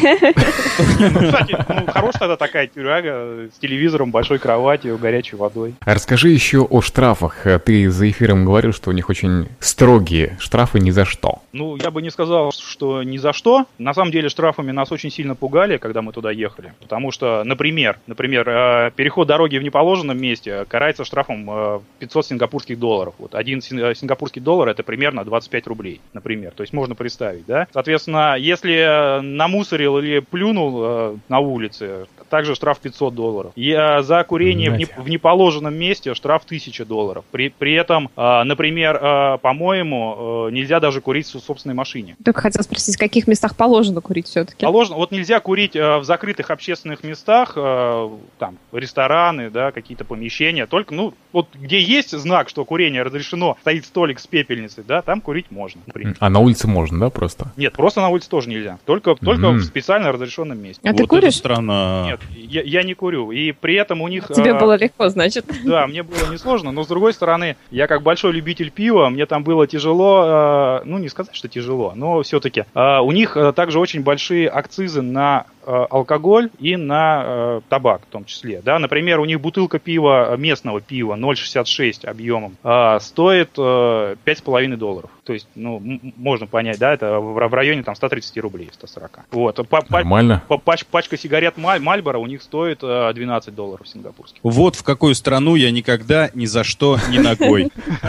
кстати, ну, хорошая тогда такая тюряга с телевизором, большой кроватью, горячей водой. А расскажи еще о штрафах. Ты за эфиром говорил, что у них очень строгие штрафы ни за что. Ну, я бы не сказал, что ни за что. На самом деле штрафами нас очень сильно пугали, когда мы туда ехали. Потому что, например, например, э, переход дороги в неположенном месте карается штрафом э, пятьсот сингапурских долларов. Вот один син- сингапурский доллар это примерно двадцать пять рублей, например. То есть можно представить, да? Соответственно, если намусорил или плюнул э, на улице, также штраф пятьсот долларов. И э, за курение в, не, в неположенном месте штраф тысяча долларов. При, при этом, э, например, э, по-моему, э, нельзя даже курить в собственной машине. Только хотел спросить, в каких местах положено курить все-таки? Положено, вот нельзя курить э, в закрытых общественных местах, э, там, рестораны, да, какие-то помещения, только, ну, вот где есть знак, что курение разрешено, стоит столик с пепельницей, да, там курить можно. например. А на улице можно, да, просто? Нет, просто на улице тоже нельзя, только, только Мгм. в специально разрешенном месте. А ты Вот куришь? это странно. Нет, я, я не курю, и при этом у них... Тебе э, было легко, значит. Да, мне было несложно, но с другой стороны, я как большой любитель пива, мне там было тяжело, э, ну не сказать, что тяжело, но все-таки э, у них э, также очень большие акцизы на э, алкоголь и на э, табак в том числе. Да? Например, у них бутылка пива, местного пива ноль шестьдесят шесть объемом, э, стоит э, пять с половиной долларов. То есть, ну, м- можно понять, да, это в, в районе там сто тридцать рублей, сто сорок. Вот. Па- па- Нормально. па- пач- пачка сигарет Маль- Мальборо у них стоит э, двенадцать долларов сингапурских. Вот в какую страну я никогда ни за что ни ногой.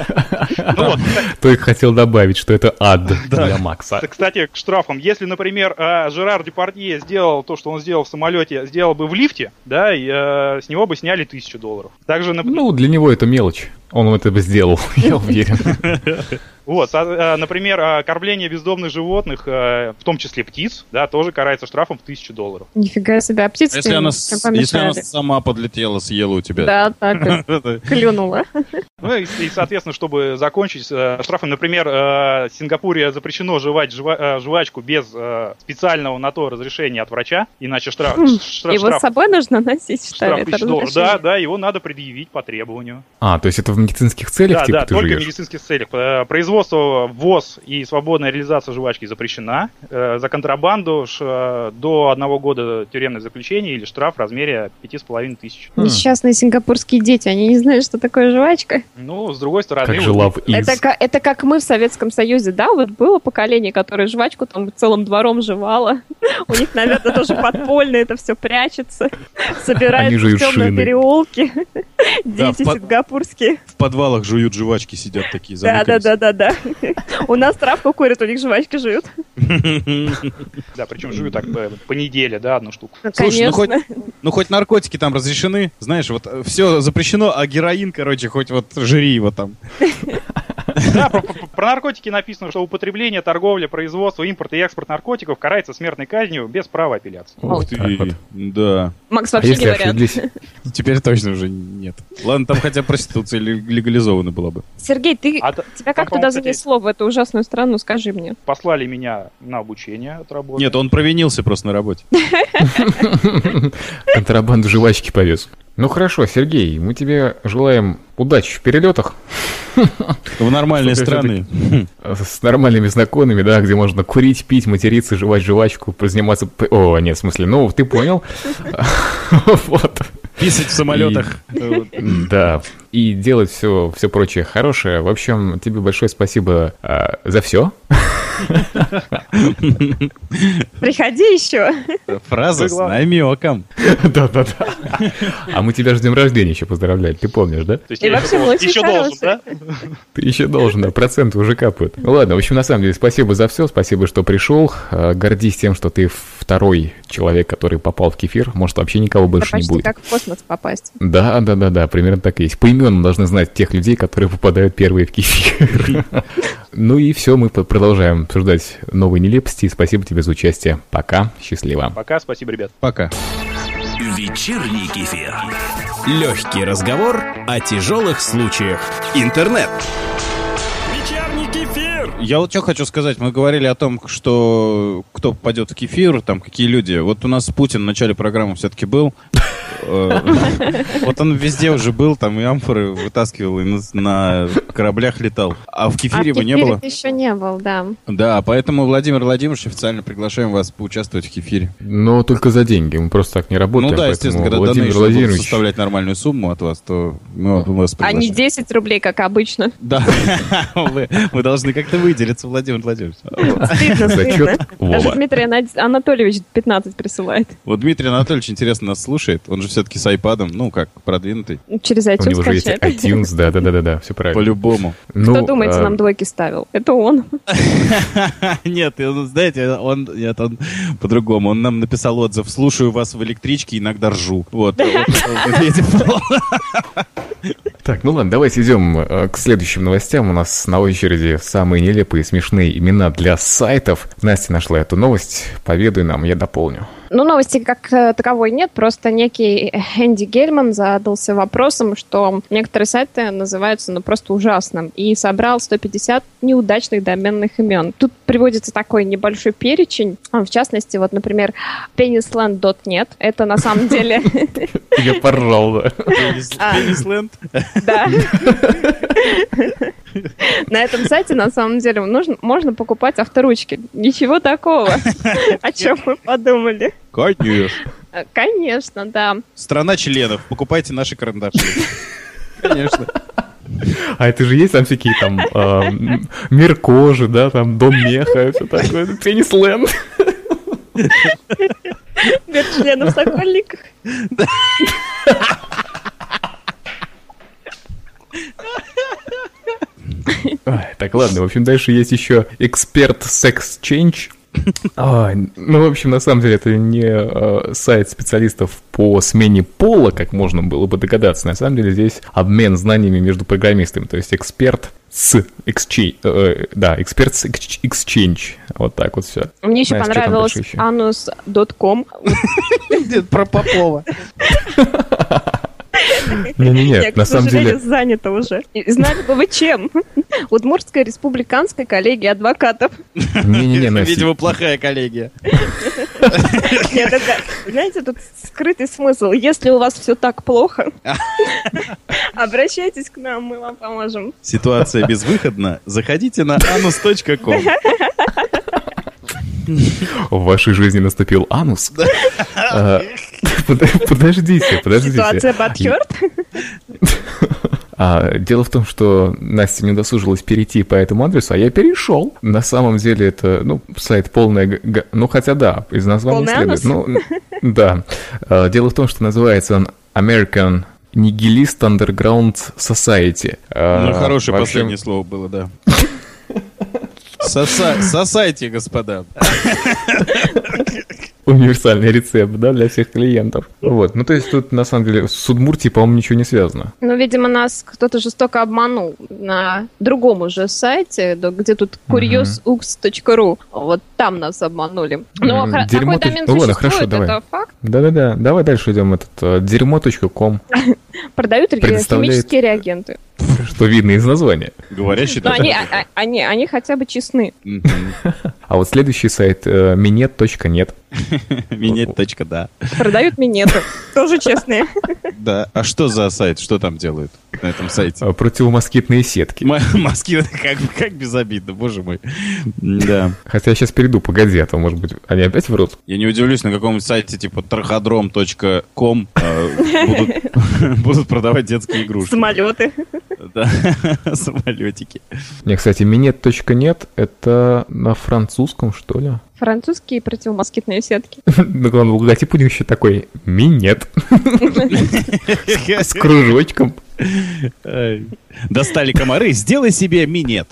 Ну вот, Только хотел добавить, что это ад для Макса. кстати, к штрафам. Если, например, э, Жерар Депардье сделал то, что он сделал в самолете, сделал бы в лифте, да, и, э, с него бы сняли тысячу долларов. Также, нап- Ну, для него это мелочь. Он это бы сделал, я уверен. вот, со- э, например, э, кормление бездомных животных, э, в том числе птиц, да, тоже карается штрафом в тысячу долларов. Нифига себе, а птицы Если она, чем с- помешали? если она сама подлетела, съела у тебя. Да, так и клюнула. Ну и, и, соответственно, чтобы закончить э, штрафом, например, э, в Сингапуре запрещено жевать жва- э, жвачку без э, специального на то разрешения от врача, иначе штраф, штраф, Его с штраф, собой нужно носить, что штраф ли? Это тысяча долларов. Да, разрешение? да, его надо предъявить по требованию. А, то есть это в медицинских целях, Да, типа, да, ты только в жуешь? медицинских целях. Э, Производство, ввоз и свободная реализация жвачки запрещена. Э, За контрабанду ш- э, до одного года тюремное заключение или штраф в размере пяти с половиной тысяч. Несчастные сингапурские дети, они не знают, что такое жвачка. Ну, с другой стороны... Как же вот- love is. Это, ка- это как мы в Советском Союзе, да? Вот было поколение, которое жвачку там целым двором жевало. У них, наверное, тоже подпольно это все прячется. Они Собираются в жуют темном шины. переулке. Да, Дети в под- сингапурские. В подвалах жуют жвачки, сидят такие, Да, да, замыкались. да, да, да. У нас травку курят, у них жвачки жуют. Да, причем жую так по, по неделе, да, одну штуку. Ну, Слушай, ну хоть, конечно. ну хоть наркотики там разрешены, знаешь, вот все запрещено, а героин, короче, хоть вот жри его там. Да, про, про- про наркотики написано, что употребление, торговля, производство, импорт и экспорт наркотиков карается смертной казнью без права апелляции. Ух Ух ты. ты, Вот. да. Макс А вообще если не вариант. ошиблись? Теперь точно уже нет. Ладно, там хотя проституция лег- легализована была бы. Сергей, ты, А т- тебя там, как по-моему, туда кстати, занесло, в эту ужасную страну, скажи мне. Послали меня на обучение от работы. Нет, он провинился просто на работе. Контрабанду жвачки повез. Ну хорошо, Сергей, мы тебе желаем удачи в перелетах В нормальные Слушай, страны. с нормальными законами, да, где можно курить, пить, материться, жевать жвачку, заниматься... п- О, нет, в смысле, ну, ты понял. Вот. Писать в самолетах. Да, и делать все, все прочее хорошее. В общем, тебе большое спасибо а, за все. Приходи еще. Фраза с намеком. Да-да-да. А мы тебя с днем рождения еще поздравляли, ты помнишь, да? То есть И я вообще еще, должен- очень еще должен, да? хороший. Ты еще должен, да, проценты уже капают. Ну ладно, в общем, на самом деле, спасибо за все, спасибо, что пришел. А, Гордись тем, что ты второй человек, который попал в кефир. Может, вообще никого больше Это не почти будет. как в космос попасть. Да, да, да, да, примерно так и есть. По именам должны знать тех людей, которые попадают первые в кефир. Ну и все, мы продолжаем обсуждать новые нелепости. Спасибо тебе за участие. Пока, счастливо. Пока, спасибо, ребят. Пока. Вечерний кефир. Легкий разговор о тяжелых случаях. Интернет. Вечерний кефир. Я вот что хочу сказать. Мы говорили о том, что кто попадет в кефир, там какие люди. Вот у нас Путин в начале программы все-таки был. Вот он везде уже был, там и амфоры вытаскивал, и на кораблях летал. А в кефире его не было? еще не был, да. Да, поэтому, Владимир Владимирович, официально приглашаем вас поучаствовать в кефире. Но только за деньги, мы просто так не работаем. Ну да, естественно, когда Владимир Владимир Владимирович составлять нормальную сумму от вас, то мы вас приглашаем. А не десять рублей, как обычно. Да, вы, вы должны как-то выделиться, Владимир Владимирович. Стыдно, стыдно. Даже Дмитрий Анатольевич пятнадцать присылает. Вот Дмитрий Анатольевич, интересно, нас слушает. Он же все-таки с айпадом, ну как, продвинутый. Через iTunes У него же есть скачает. iTunes, да-да-да, все правильно. По-любому. Ну, Кто, думаете, а, нам двойки ставил? Это он. Нет, знаете, он, нет, он по-другому. Он нам написал отзыв: слушаю вас в электричке, иногда ржу. Вот. Так, ну ладно, давайте идем э, к следующим новостям. У нас на очереди самые нелепые и смешные имена для сайтов. Настя нашла эту новость. Поведай нам, я дополню. Ну, новости как э, таковой нет, просто некий Энди Гельман задался вопросом, что некоторые сайты называются ну просто ужасно, и собрал сто пятьдесят неудачных доменных имен. Тут приводится такой небольшой перечень, в частности, вот, например, penisland точка нет, это на самом деле... Я поржал, да. Penisland? Да. На этом сайте, на самом деле, нужно, можно покупать авторучки. Ничего такого. О чем мы подумали. Конечно. Конечно, да. Страна членов. Покупайте наши карандаши. Конечно. А это же есть там всякие там э, мир кожи, да, там дом меха, все такое. Пенисленд. Мир членов в Сокольниках. Ой, так, ладно, в общем, дальше есть еще Expert Sex Change. Ой, ну, в общем, на самом деле, это не э, сайт специалистов по смене пола, как можно было бы догадаться. На самом деле, здесь обмен знаниями между программистами. То есть, эксперт с exchange, э, да, эксперт с exchange. Вот так вот все. Мне еще Настя, понравилось анус точка ком. Про Попова. Не-не-не, на самом деле... занято уже. И знали бы вы чем? Удмуртская республиканская коллегия адвокатов. Не-не-не, Настя. Видимо, плохая коллегия. Нет, это, знаете, тут скрытый смысл. Если у вас все так плохо, обращайтесь к нам, мы вам поможем. Ситуация безвыходна. Заходите на анус точка ком. В вашей жизни наступил анус? Подождите, подождите. Ситуация Батхёрд? А, дело в том, что Настя не удосужилась перейти по этому адресу, а я перешел. На самом деле это, ну, сайт полная... Г... Ну, хотя да, из названия полный следует. Ну, да. А, дело в том, что называется он American Nihilist Underground Society. А, ну, хорошее вообще... последнее слово было, да. Соса... Сосайте, господа. Универсальный рецепт, да, для всех клиентов. Вот, ну то есть тут на самом деле с Удмуртией, по-моему, ничего не связано. Ну, видимо, нас кто-то жестоко обманул на другом уже сайте, где тут курьез укс точка ру. Вот там нас обманули. Но Дерьмо такой домен существует, хорошо, давай. это факт. Да-да-да, давай дальше идем. Этот дерьмо точка ком. Продают химические реагенты. Что видно из названия. Говорящий Но они, а, они, они хотя бы честны. А вот следующий сайт минет точка нет. Минет точка да. Продают минеты. Тоже честные. Да. А что за сайт? Что там делают на этом сайте? Противомоскитные сетки. Москвы, как, как безобидно, боже мой. Да. Хотя я сейчас перейду, погоди, а то, может быть, они опять врут. Я не удивлюсь, на каком-нибудь сайте типа траходром точка ком будут продавать детские игрушки. Самолеты. Да, самолетики. Не, кстати, минет точка нет это на французском, что ли? Французские противомоскитные сетки. Ну, главное, логотип у них еще такой минет. С кружочком. Достали комары, сделай себе минет.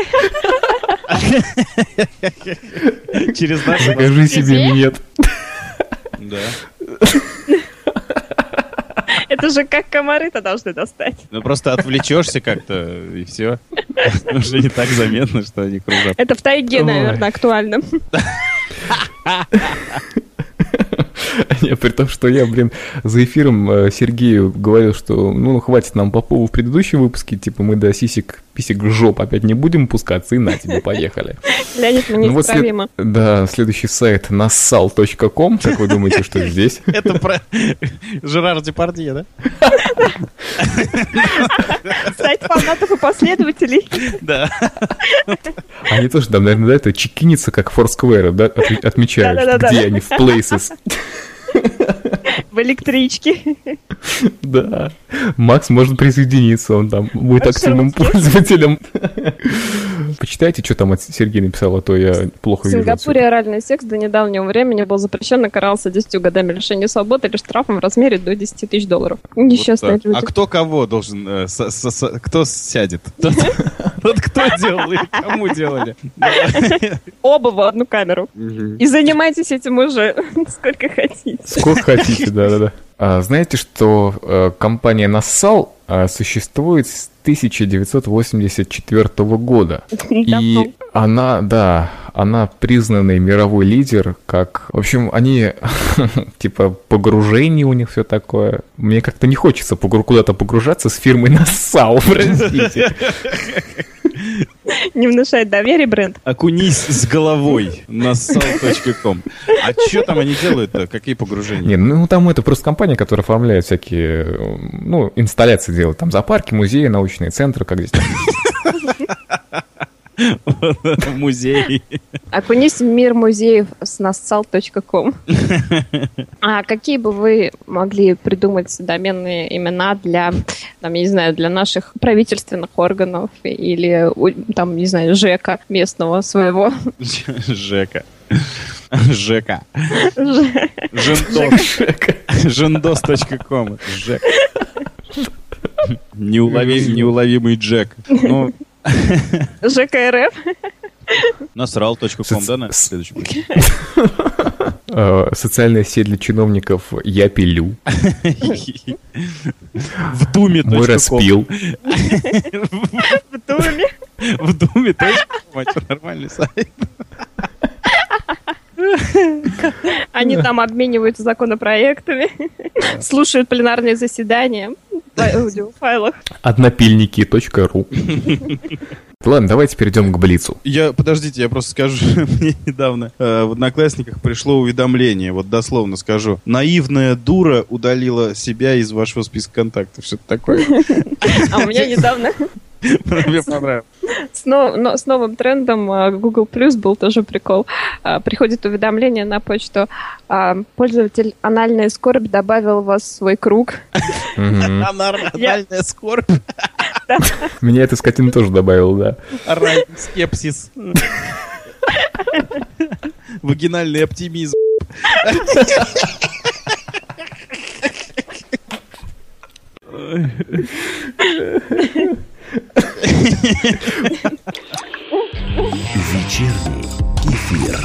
Через наш... Закажи себе минет. Да. Это же как комары-то должны достать. Ну просто отвлечешься как-то, и все. Уже не так заметно, что они кружат. Это в тайге, наверное, актуально. При том, что я, блин, за эфиром Сергею говорил, что ну хватит нам Попову в предыдущем выпуске, типа мы до сисек, писек, жоп опять не будем пускаться, и на тебе, поехали. Леонид, мы неисправимо. Ну, вот след... Да, следующий сайт нассал точка ком. Как вы думаете, что здесь? Это про Жерар Депардье, да? Сайт фанатов и последователей. Да. Они тоже там, наверное, да, это чекинится, как Foursquare, да, отмечают, где они в places. В электричке. Да. Макс может присоединиться, он там будет активным пользователем. Почитайте, что там Сергей написал, а то я плохо вижу. В Сингапуре оральный секс до недавнего времени был запрещен и карался десятью годами лишения свободы или штрафом в размере до десяти тысяч долларов. Несчастные вот люди. А кто кого должен... Э, с, с, с, кто сядет? Вот кто делал и кому делали? Оба в одну камеру. И занимайтесь этим уже сколько хотите. Сколько хотите, да-да-да. А, знаете, что э, компания Нассал э, существует с тысяча девятьсот восемьдесят четвёртого года. И она, да, она признанный мировой лидер, как... В общем, они, типа, погружение у них все такое. Мне как-то не хочется погру- куда-то погружаться с фирмой Нассал, простите. Не внушает доверие бренд. Окунись с головой на сал точка ком. А что там они делают-то? Какие погружения? Не, ну там это просто компания, которая оформляет всякие, ну, инсталляции делает. Там зоопарки, музеи, научные центры, как здесь. Музей. Окунись в мир музеев с нассал точка ком. А какие бы вы могли придумать доменные имена для, там, я не знаю, для наших правительственных органов или, там, не знаю, ЖЭКа местного своего? ЖЭКа. ЖЭКа. Жендос. Жендос точка ком. ЖЭК. Неуловимый Джек. Ну... ЖКРФ. Насрал точка ком, да, на следующий путь? Социальная сеть для чиновников «Я пилю». В думе точка ком. Мой распил. В думе. В думе точка ком. А что, нормальный сайт? Они там обмениваются законопроектами, слушают пленарные заседания в аудиофайлах. Однопильники точка ру. Ладно, давайте перейдем к Блицу. Я, подождите, я просто скажу, мне недавно э, в Одноклассниках пришло уведомление, вот дословно скажу. Наивная дура удалила себя из вашего списка контактов. Что-то такое. А у меня недавно... Мне понравилось. С, нов, но, с новым трендом Google Plus был тоже прикол. Приходит уведомление на почту. Пользователь анальная скорбь добавил вас в свой круг. Анальная скорбь? Меня эта скотина тоже добавила, да. Оральный скепсис. Вагинальный оптимизм. Вечерний эфир.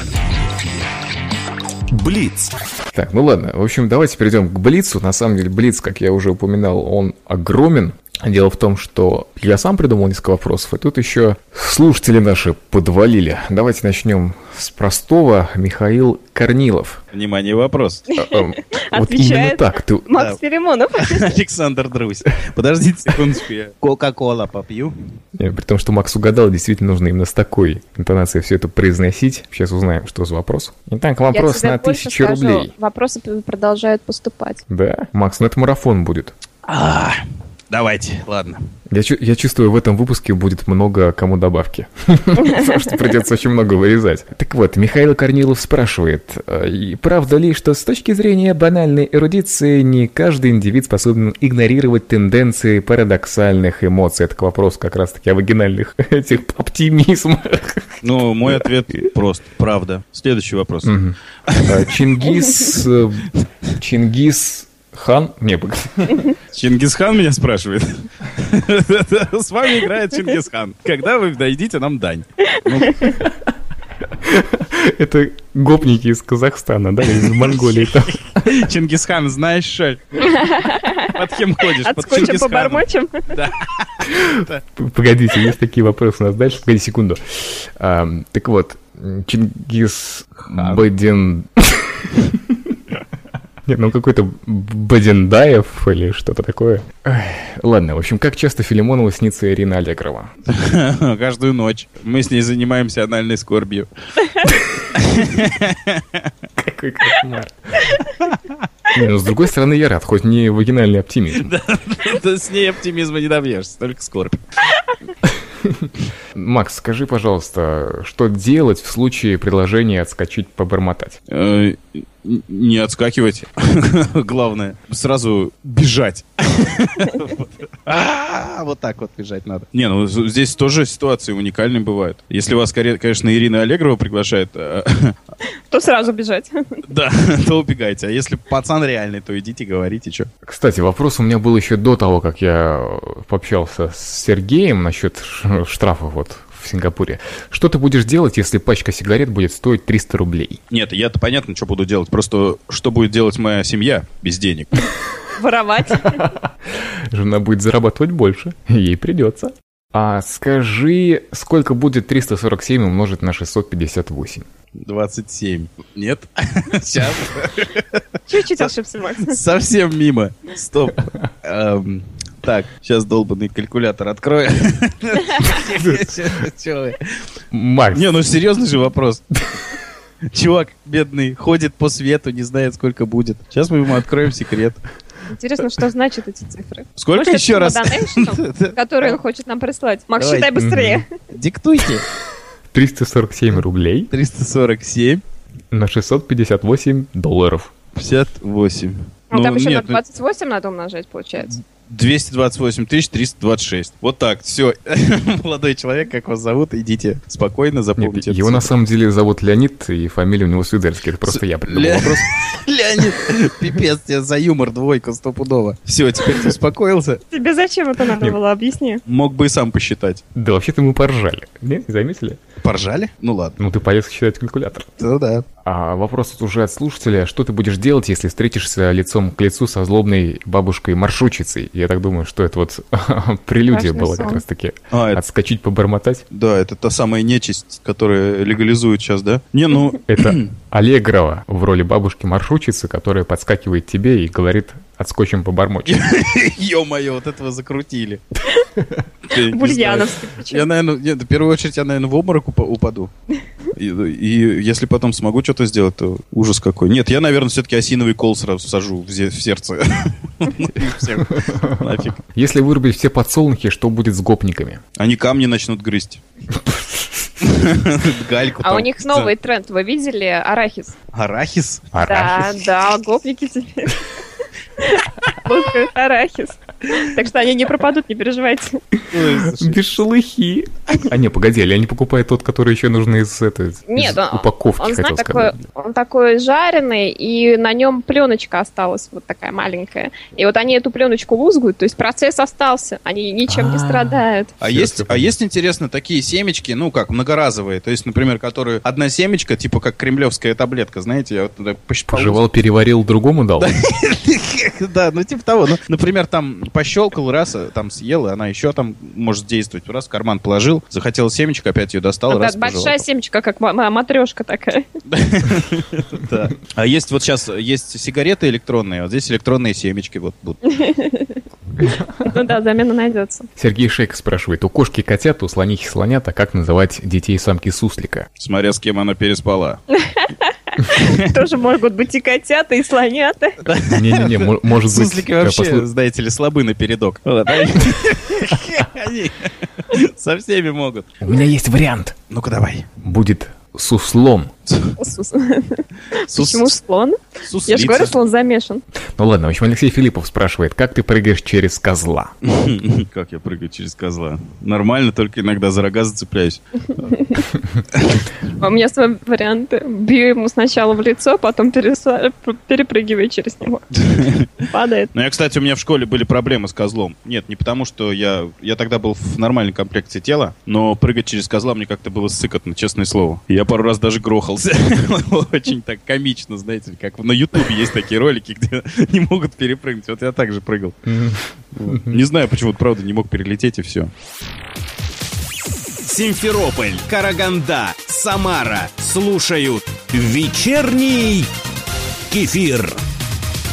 Блиц. Так, ну ладно. В общем, давайте перейдем к Блицу. На самом деле, Блиц, как я уже упоминал, он огромен. Дело в том, что я сам придумал несколько вопросов, и тут еще слушатели наши подвалили. Давайте начнем с простого. Михаил Корнилов. Внимание, вопрос. Вот именно так. Макс Филимонов. Александр Друзь. Подождите секундочку, я Кока-кола попью. При том, что Макс угадал, действительно нужно именно с такой интонацией все это произносить. Сейчас узнаем, что за вопрос. Итак, вопрос на тысячу рублей. Вопросы продолжают поступать. Да? Макс, ну это марафон будет. А, давайте, ладно. Я, я чувствую, в этом выпуске будет много кому добавки. Потому что придется очень много вырезать. Так вот, Михаил Корнилов спрашивает, правда ли, что с точки зрения банальной эрудиции не каждый индивид способен игнорировать тенденции парадоксальных эмоций? Это вопрос как раз-таки о вагинальных этих оптимизмах. Ну, мой ответ прост. Правда. Следующий вопрос. Чингис... Чингис... Хан? Не, Чингисхан меня спрашивает. С вами играет Чингисхан. Когда вы дадите нам дань? Это гопники из Казахстана, да? Из Монголии. Чингисхан, знаешь, что? Под кем ходишь? Под Чингисханом. Побормочем? Да. Погодите, есть такие вопросы у нас дальше. Погоди секунду. Так вот, Чингис Бадин... Нет, ну какой-то Бадендаев или что-то такое. Эх, ладно, в общем, как часто Филимонову снится Ирина Аллегрова? Каждую ночь. Мы с ней занимаемся анальной скорбью. Какой кошмар. Не, ну, с другой стороны, я рад, хоть не вагинальный оптимизм. Да, с ней оптимизма не добьешься, только скорбь. Макс, скажи, пожалуйста, что делать в случае предложения отскочить побормотать? Не отскакивать, главное. Сразу бежать. Вот так вот бежать надо. Не, ну здесь тоже ситуации уникальные бывают. Если вас, конечно, Ирина Аллегрова приглашает... То сразу бежать. Да, то убегайте. А если пацан реальный, то идите, говорите, что. Кстати, вопрос у меня был еще до того, как я пообщался с Сергеем насчет штрафов вот в Сингапуре. Что ты будешь делать, если пачка сигарет будет стоить триста рублей? Нет, я-то понятно, что буду делать. Просто что будет делать моя семья без денег? Воровать. Жена будет зарабатывать больше, ей придется. А скажи, сколько будет триста сорок семь умножить на шестьсот пятьдесят восемь? двадцать семь. Нет? Сейчас. Чуть-чуть ошибся, Макс. Совсем мимо. Стоп. Эм, так, сейчас долбанный калькулятор открою. Макс. Не, ну серьезный же вопрос. Чувак бедный ходит по свету, не знает, сколько будет. Сейчас мы ему откроем секрет. Интересно, что значат эти цифры. Сколько Может, еще раз? Который он хочет нам прислать. Макс, Давай. считай быстрее. Диктуйте. триста сорок семь рублей триста сорок семь на шестьсот пятьдесят восемь долларов. пятьдесят восемь. Ну, там еще нет, на двадцать восемь надо умножать, получается. двести двадцать восемь тысяч триста двадцать шесть. Вот так, все. Молодой человек, как вас зовут, идите спокойно, запомните. Нет, его на самом деле зовут Леонид, и фамилия у него Свидерский. Это просто С... я придумал Ле... вопрос. Леонид, пипец, тебе за юмор двойка стопудово. Все, теперь ты успокоился. Тебе зачем это надо было, объясни. Мог бы и сам посчитать. Да вообще-то мы поржали. Нет, не заметили? Поржали? Ну ладно. Ну ты полез считать калькулятор. Ну да. А вопрос тут уже от слушателя. Что ты будешь делать, если встретишься лицом к лицу со злобной бабушкой-маршрутчицей? Я так думаю, что это вот прелюдия была как раз-таки. А, отскочить, побормотать? Да, это та самая нечисть, которая легализует сейчас, да? Не, ну... Это Аллегрова в роли бабушки-маршрутчицы, которая подскакивает тебе и говорит: отскочим побормочем. Ё-моё, вот этого закрутили. Бульяновский. Я, наверное, нет, в первую очередь я, наверное, в обморок упаду. И, и если потом смогу что-то сделать, то ужас какой. Нет, я, наверное, все-таки осиновый кол сразу сажу в сердце. Нафиг. Если вырубить все подсолнухи, что будет с гопниками? Они камни начнут грызть. Гальку. А у них новый тренд, вы видели? Арахис. Арахис? Да, да, гопники теперь лускают арахис. Так что они не пропадут, не переживайте. Без шелухи. А не, погоди, или они покупают тот, который еще нужно из этой Нет, он, упаковки, он, хотел такой, он такой жареный, и на нем пленочка осталась вот такая маленькая. И вот они эту пленочку лузгают, то есть процесс остался, они ничем не страдают. А есть, а есть, интересно, такие семечки, ну как, многоразовые, то есть, например, которые одна семечка, типа как кремлевская таблетка, знаете, я вот пожевал, переварил, другому дал. Да, ну типа того. Например, там пощелкал, раз, там съел, и она еще там может действовать. Раз в карман положил, захотел семечко, опять ее достал, раз пожевал. Большая семечка, как матрешка такая. Да. А есть вот сейчас, есть сигареты электронные, вот здесь электронные семечки вот будут. Ну да, замена найдется. Сергей Шейк спрашивает: у кошки котят, у слонихи слонят, а как называть детей самки суслика? Смотря с кем она переспала. Тоже могут быть и котята, и слонята. Не-не-не, может быть... Суслики вообще, знаете ли, слабы на передок. Они со всеми могут. У меня есть вариант. Ну-ка давай. Будет суслон. Почему слон? Я же говорю, слон замешан. Ну ладно, в общем, Алексей Филиппов спрашивает: как ты прыгаешь через козла? Как я прыгаю через козла? Нормально, только иногда за рога зацепляюсь. У меня свой вариант. Бью ему сначала в лицо, потом перепрыгиваю через него. Падает. Ну, я, кстати, у меня в школе были проблемы с козлом. Нет, не потому, что я... Я тогда был в нормальной комплекции тела, но прыгать через козла мне как-то было сыкотно, честное слово. Я пару раз даже грохался. Очень так комично, знаете, как на Ютубе есть такие ролики, где не могут перепрыгнуть. Вот я так же прыгал. Не знаю, почему, правда, не мог перелететь, и все. Симферополь, Караганда, Самара слушают «Вечерний кефир».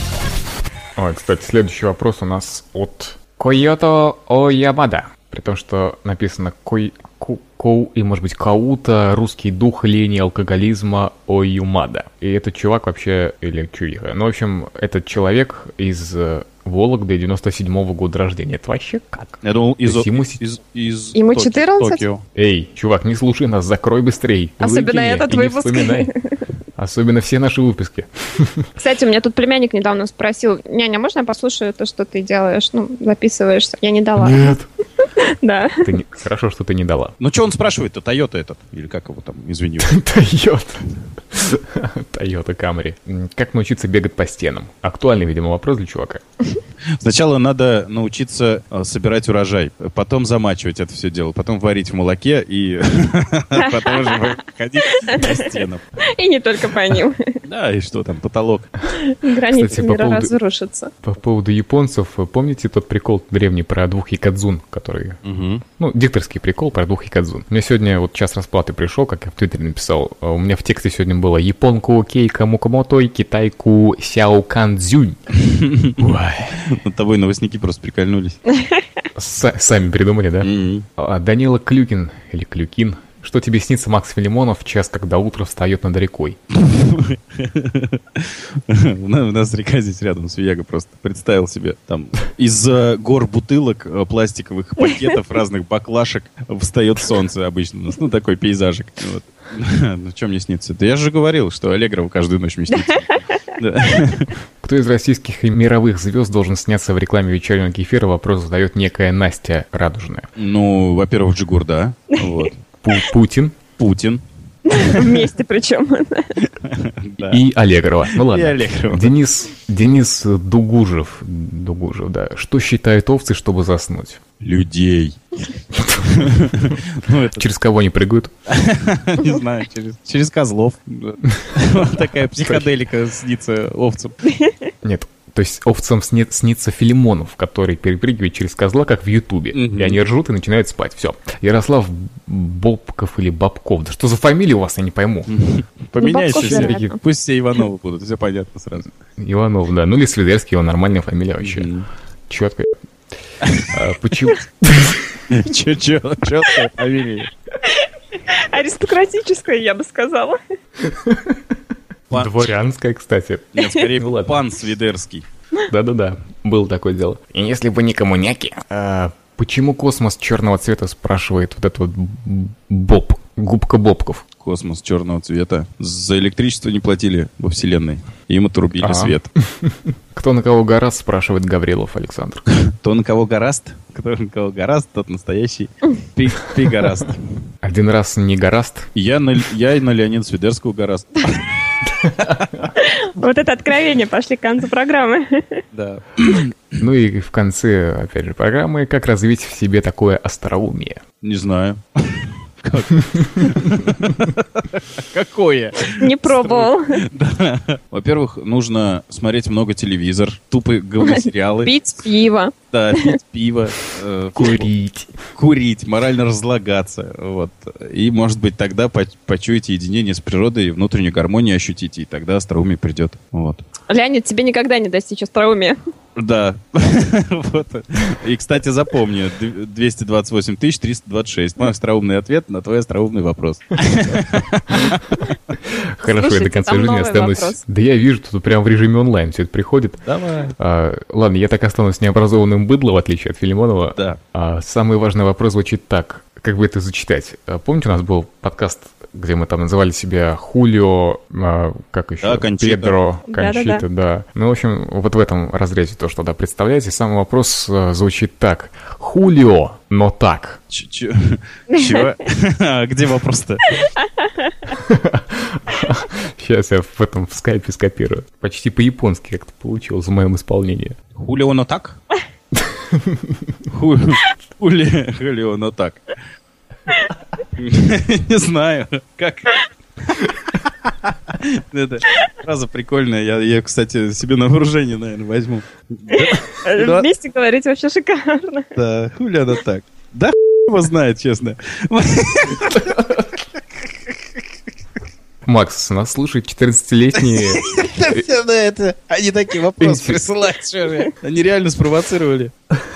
Ой, кстати, следующий вопрос у нас от Койото Оямада. При том, что написано Кой... Ку... Коу и, может быть, Каута, русский дух лени, алкоголизма Оюмада. И этот чувак вообще, или чувиха, ну, в общем, этот человек из Вологды девяносто седьмого года рождения. Это вообще как? Я думал, из, ему... из, из ему Токи... четырнадцать? Токио. Эй, чувак, не слушай нас, закрой быстрей. Особенно этот выпуск. Особенно все наши выпуски. Кстати, у меня тут племянник недавно спросил: няня, можно я послушаю то, что ты делаешь? Ну, записываешься. Я не дала. Нет. Да. Ты не... Хорошо, что ты не дала. Ну, что он спрашивает-то? Тойота этот? Или как его там? Извини. Тойота. Тойота Камри. Как научиться бегать по стенам? Актуальный, видимо, вопрос для чувака. Сначала надо научиться собирать урожай, потом замачивать это все дело, потом варить в молоке и потом уже ходить по стенам. И не только по ним. Да, и что там, потолок. Границы мира разрушатся. По поводу японцев, помните тот прикол древний про двух якадзун, который... Ну, дикторский прикол про двух якадзун. У меня сегодня вот час расплаты пришел, как я в Твиттере написал. У меня в тексте сегодня было «Японку кейка мукамотой, китайку сяо кандзюнь». Над тобой новостники просто прикольнулись. Сами придумали, да? Mm-hmm. Данила Клюкин, или Клюкин. Что тебе снится, Макс Филимонов, в час, когда утро встает над рекой? У нас река здесь рядом с Виего, просто представил себе. Там из-за гор бутылок, пластиковых пакетов, разных баклашек встает солнце обычно у нас. Ну, такой пейзажик. Ну, что мне снится? Да я же говорил, что Аллегрова каждую ночь мне снится. Кто из российских и мировых звезд должен сняться в рекламе вечернего кефира? Вопрос задает некая Настя Радужная. Ну, во-первых, Джигурда. Вот. Путин. Путин. Вместе причем. Да. И Аллегрова. Ну ладно. И Аллегрова. Денис, Денис Дугужев. Дугужев, да. Что считают овцы, чтобы заснуть? Людей. Через кого они прыгают? Не знаю, через козлов. Такая психоделика снится овцам. Нет. То есть овцам сни- снится Филимонов, который перепрыгивает через козла, как в Ютубе. Mm-hmm. И они ржут и начинают спать. Все. Ярослав Бобков или Бабков. Да что за фамилия у вас, я не пойму. Mm-hmm. Поменяйся все. Пусть все Ивановы будут, все понятно сразу. Иванов, да. Ну или Свидерский, его нормальная фамилия вообще. Mm-hmm. Четко. Почему? Четкая фамилия. Аристократическая, я бы сказала. Пан... Дворянская, кстати. Нет, скорее ну, пан Свидерский. Да-да-да, было такое дело. И если бы не коммуняки... А, почему космос черного цвета, спрашивает вот этот вот Боб, губка Бобков? Космос черного цвета. За электричество не платили во вселенной. Им отрубили ага. свет. Кто на кого гораст, спрашивает Гаврилов Александр. Кто на кого гораст? Кто на кого гораст, тот настоящий ты, ты гораст. Один раз не гораст. Я на, я и на Леонида Свидерского гораст. Вот это откровение, пошли к концу программы. Да. Ну и в конце, опять же, программы, как развить в себе такое остроумие? Не знаю. Как? Какое? Не пробовал. Да. Во-первых, нужно смотреть много телевизор, тупые говносериалы. Пить пиво. Да, пить пиво. Э, курить. Курить, морально разлагаться. Вот. И, может быть, тогда почуете единение с природой и внутреннюю гармонию ощутите, и тогда остроумие придет. Вот. Леонид, тебе никогда не достичь остроумия. Да. Вот. И, кстати, запомни, двести двадцать восемь тысяч триста двадцать шесть. Мой остроумный ответ на твой остроумный вопрос. Хорошо, я до конца жизни останусь. Да я вижу, тут прям в режиме онлайн все это приходит. Давай. Ладно, я так останусь необразованным быдлом, в отличие от Филимонова. Да. Самый важный вопрос звучит так. Как бы это зачитать? Помните, у нас был подкаст, где мы там называли себя Хулио, а, как еще? Да, Кончита. Педро, Кончита, да, да, да. Ну, в общем, вот в этом разрезе то, что да, представляете. Самый вопрос а, звучит так. Хулио, но так. Чего? Где вопрос-то? Сейчас я в этом в скайпе скопирую. Почти по-японски как-то получилось в моем исполнении. Хулио, но так? Хулио, но так. Не знаю, как... Это фраза прикольная. Я ее, кстати, себе на вооружение, наверное, возьму. Вместе говорить вообще шикарно. Да, хули она так. Да его знает, честно. Макс, нас слушают четырнадцатилетние... Это они такие вопросы присылают, что же. Они реально спровоцировали.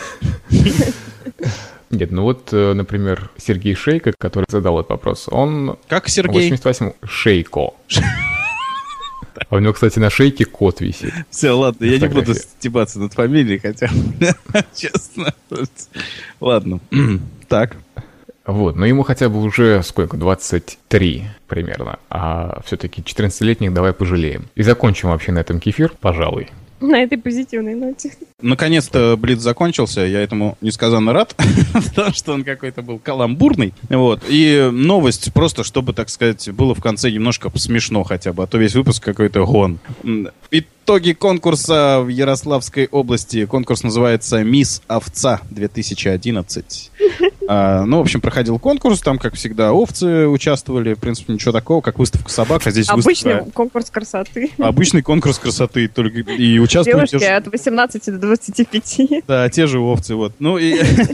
Нет, ну вот, например, Сергей Шейко, который задал этот вопрос, он... Как Сергей? восемьдесят восемь Шейко. А у него, кстати, на шейке кот висит. Все, ладно, я не буду стебаться над фамилией, хотя, честно. Ладно, так. Вот, но ему хотя бы уже сколько, двадцать три примерно, а все-таки четырнадцатилетних давай пожалеем. И закончим вообще на этом кефир, пожалуй. На этой позитивной ноте. Наконец-то Блиц закончился, я этому несказанно рад, потому что он какой-то был каламбурный. Вот. И новость просто, чтобы, так сказать, было в конце немножко смешно хотя бы, а то весь выпуск какой-то гон. Итоги конкурса в Ярославской области. Конкурс называется «Мисс Овца две тысячи одиннадцать». А, ну, в общем, проходил конкурс, там, как всегда, овцы участвовали, в принципе, ничего такого, как выставка собак, а здесь Обычный выставка... конкурс красоты. Обычный конкурс красоты, только и участвуют... Девушки от восемнадцати до двадцати пяти. Да, те же овцы, вот. Ну и...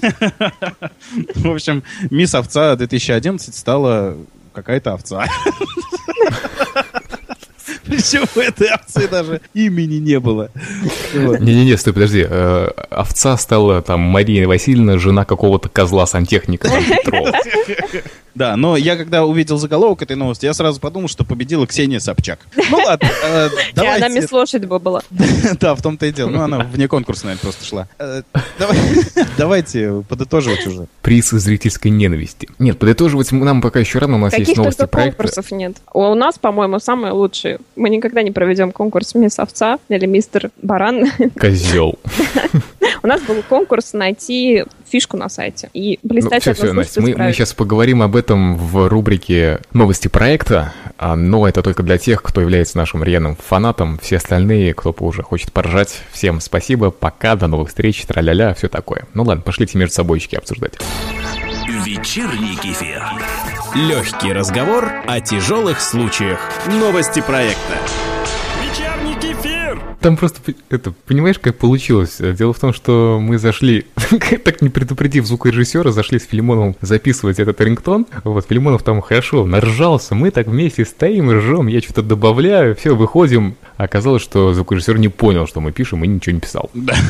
В общем, «Мисс Овца две тысячи одиннадцать» стала какая-то овца. Причем у этой овцы даже имени не было. Не-не-не, стой, подожди. Овца стала там Мария Васильевна, жена какого-то козла-сантехника. Да, но я когда увидел заголовок этой новости, я сразу подумал, что победила Ксения Собчак. Ну ладно, давайте... Она мисс лошадь бы была. Да, в том-то и дело. Ну, она вне конкурса, наверное, просто шла. Давайте подытоживать уже. Приз зрительской ненависти. Нет, подытоживать нам пока еще рано, у нас есть новости проекта. Каких только конкурсов нет. У нас, по-моему, самые лучшие. Мы никогда не проведем конкурс «Мисс Овца» или «Мистер Баран». Козел. У нас был конкурс найти фишку на сайте. И блистательно ну, все, все, Настя, мы, мы сейчас поговорим об этом в рубрике «Новости проекта», но это только для тех, кто является нашим рьяным фанатом. Все остальные, кто уже хочет поржать, всем спасибо, пока, до новых встреч, тра-ля-ля, все такое. Ну ладно, пошлите между собойчики обсуждать. Вечерний кефир. Легкий разговор о тяжелых случаях. Новости проекта. Вечерний кефир. Там просто, это, понимаешь, как получилось? Дело в том, что мы зашли, так не предупредив звукорежиссера, зашли с Филимоновым записывать этот рингтон. Вот, Филимонов там хорошо наржался, мы так вместе стоим и ржем, я что-то добавляю, все, выходим. Оказалось, что звукорежиссер не понял, что мы пишем, и ничего не писал.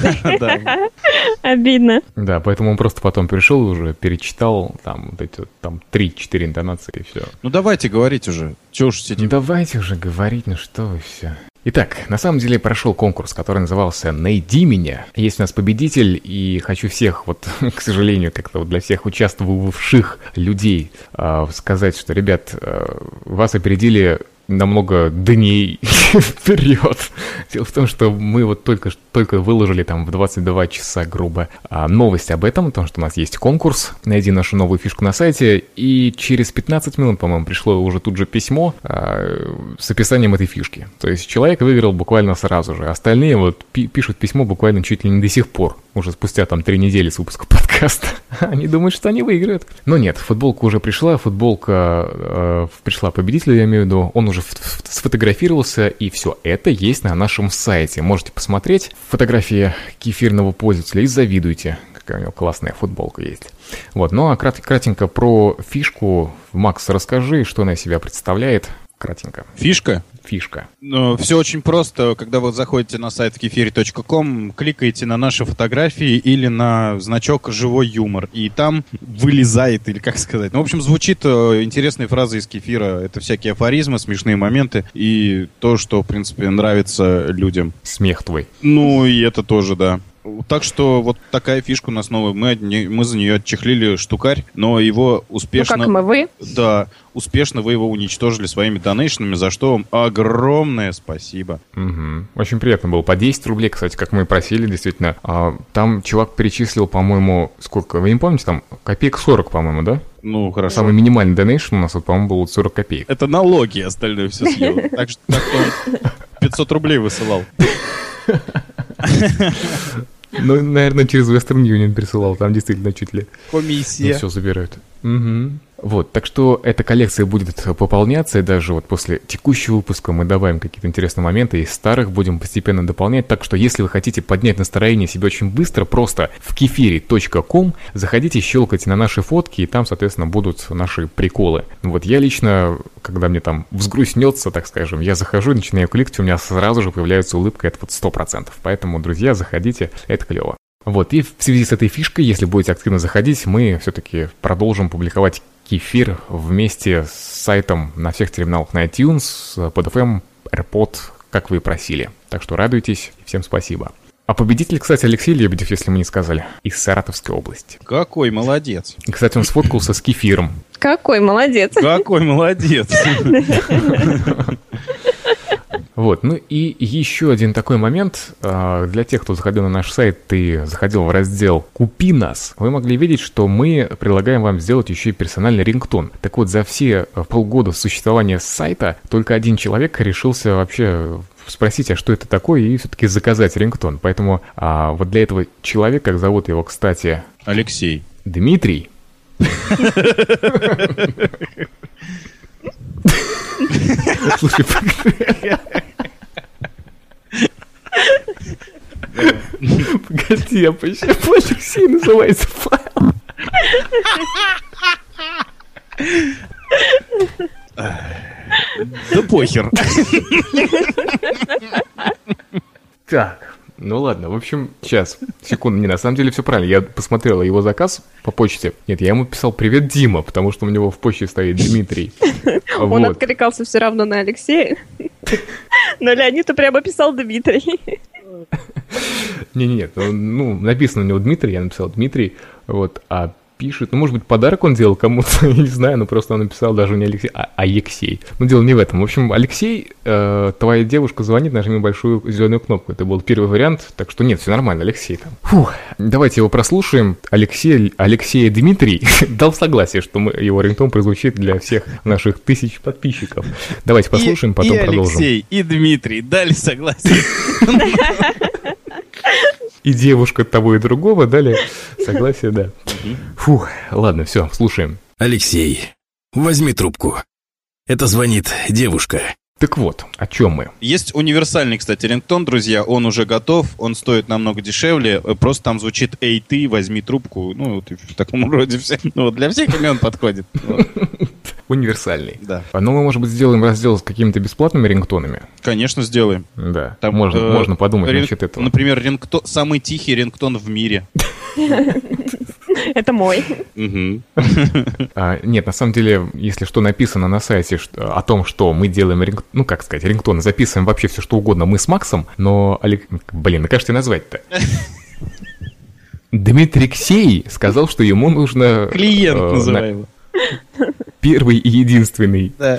Обидно. Да, поэтому он просто потом пришел и уже перечитал там вот эти там три-четыре интонации и все. Ну давайте говорить уже. Чего уж сидим? Ну давайте уже говорить, ну что вы все. Итак, на самом деле прошел конкурс, который назывался «Найди меня». Есть у нас победитель, и хочу всех, вот, к сожалению, как-то вот для всех участвовавших людей э, сказать, что, ребят, э, вас опередили намного дней вперед. Дело в том, что мы вот только, только выложили там в двадцать два часа, грубо, новость об этом, о том, что у нас есть конкурс, найди нашу новую фишку на сайте, и через пятнадцать минут, по-моему, пришло уже тут же письмо а, с описанием этой фишки. То есть человек выиграл буквально сразу же. Остальные вот пи- пишут письмо буквально чуть ли не до сих пор, уже спустя там три недели с выпуска подкаста. Они думают, что они выиграют. Но нет, футболка уже пришла, футболка э, пришла победителю, я имею в виду, он уже сфотографировался, и все это есть на нашем сайте. Можете посмотреть фотографии кефирного пользователя и завидуйте, какая у него классная футболка есть. Вот, ну а крат- кратенько про фишку. Макс, расскажи, что она из себя представляет. Кратенько. Фишка? Фишка. Ну, все очень просто. Когда вы заходите на сайт кефир точка ком, кликаете на наши фотографии или на значок «Живой юмор», и там вылезает, или как сказать. Ну, в общем, звучит интересные фразы из кефира. Это всякие афоризмы, смешные моменты и то, что, в принципе, нравится людям. Смех твой. Ну, и это тоже, да. Так что вот такая фишка у нас новая. Мы, мы за нее отчехлили штукарь, но его успешно... Ну, как мы, вы? Да, успешно вы его уничтожили своими донейшнами, за что вам огромное спасибо. Угу. Очень приятно было. По десять рублей, кстати, как мы и просили, действительно. А, там чувак перечислил, по-моему, сколько? Вы не помните? Там копеек сорок, по-моему, да? Ну, хорошо. Самый минимальный донейшн у нас, вот, по-моему, был сорок копеек. Это налоги, остальное все съел. Так что он пятьсот рублей высылал. Ну, наверное, через Western Union присылал, там действительно чуть ли. Комиссия. Ну, все забирают. Угу. Вот, так что эта коллекция будет пополняться, и даже вот после текущего выпуска мы добавим какие-то интересные моменты, и старых будем постепенно дополнять. Так что, если вы хотите поднять настроение себе очень быстро, просто в кефире точка ком заходите, щелкайте на наши фотки, и там, соответственно, будут наши приколы. Вот я лично, когда мне там взгрустнется, так скажем, я захожу и начинаю кликать, у меня сразу же появляется улыбка, это вот сто процентов. Поэтому, друзья, заходите, это клево. Вот, и в связи с этой фишкой, если будете активно заходить, мы все-таки продолжим публиковать кефир вместе с сайтом на всех терминалах на iTunes, под эф эм, AirPod, как вы и просили. Так что радуйтесь, всем спасибо. А победитель, кстати, Алексей Лебедев, если мы не сказали, из Саратовской области. Какой молодец. И, кстати, он сфоткался с кефиром. Какой молодец. Какой молодец. Вот, ну и еще один такой момент. Для тех, кто заходил на наш сайт и заходил в раздел «Купи нас», вы могли видеть, что мы предлагаем вам сделать еще и персональный рингтон. Так вот, за все полгода существования сайта только один человек решился вообще спросить, а что это такое, и все-таки заказать рингтон. Поэтому а, вот для этого человека, как зовут его, кстати... Алексей. Дмитрий. Слушай, погоди, я почти по Алексей называется файл. Да похер. Так, ну ладно, в общем, сейчас, секунду, не, на самом деле все правильно, я посмотрел его заказ по почте. Нет, я ему писал «Привет, Дима», потому что у него в почте стоит Дмитрий. Он вот откликался все равно на Алексея, но Леонид прямо писал «Дмитрий». Не-не-нет, ну, написано у него Дмитрий, я написал Дмитрий, вот, а пишет, ну, может быть, подарок он делал кому-то, я не знаю, но просто он написал даже не Алексей, а Алексей. Но дело не в этом. В общем, Алексей, э, твоя девушка звонит, нажми большую зеленую кнопку. Это был первый вариант, так что нет, все нормально, Алексей там. Фух, давайте его прослушаем. Алексей, Алексей Дмитрий дал согласие, что мы, его рингтон прозвучит для всех наших тысяч подписчиков. Давайте послушаем, и, потом и продолжим. Алексей, и Дмитрий дали согласие. И девушка того и другого дали согласие, да. Фух, ладно, все, слушаем. Алексей, возьми трубку. Это звонит девушка. Так вот, о чем мы? Есть универсальный, кстати, рингтон, друзья, он уже готов, он стоит намного дешевле, просто там звучит «Эй, ты, возьми трубку», ну, вот в таком роде все. Ну, вот для всех имен подходит. Универсальный. Да. Ну, мы, может быть, сделаем раздел с какими-то бесплатными рингтонами? Конечно, сделаем. Да, там, можно, э, можно подумать ринг... насчет этого. Например, рингтон... самый тихий рингтон в мире. Это мой. А, нет, на самом деле, если что написано на сайте что, о том, что мы делаем, ринг, ну, как сказать, рингтоны, записываем вообще все, что угодно, мы с Максом, но, Олег, блин, ну как же тебе назвать-то? Дмитрий Ксей сказал, что ему нужно... Клиент, э, называй его. Первый и единственный. Да.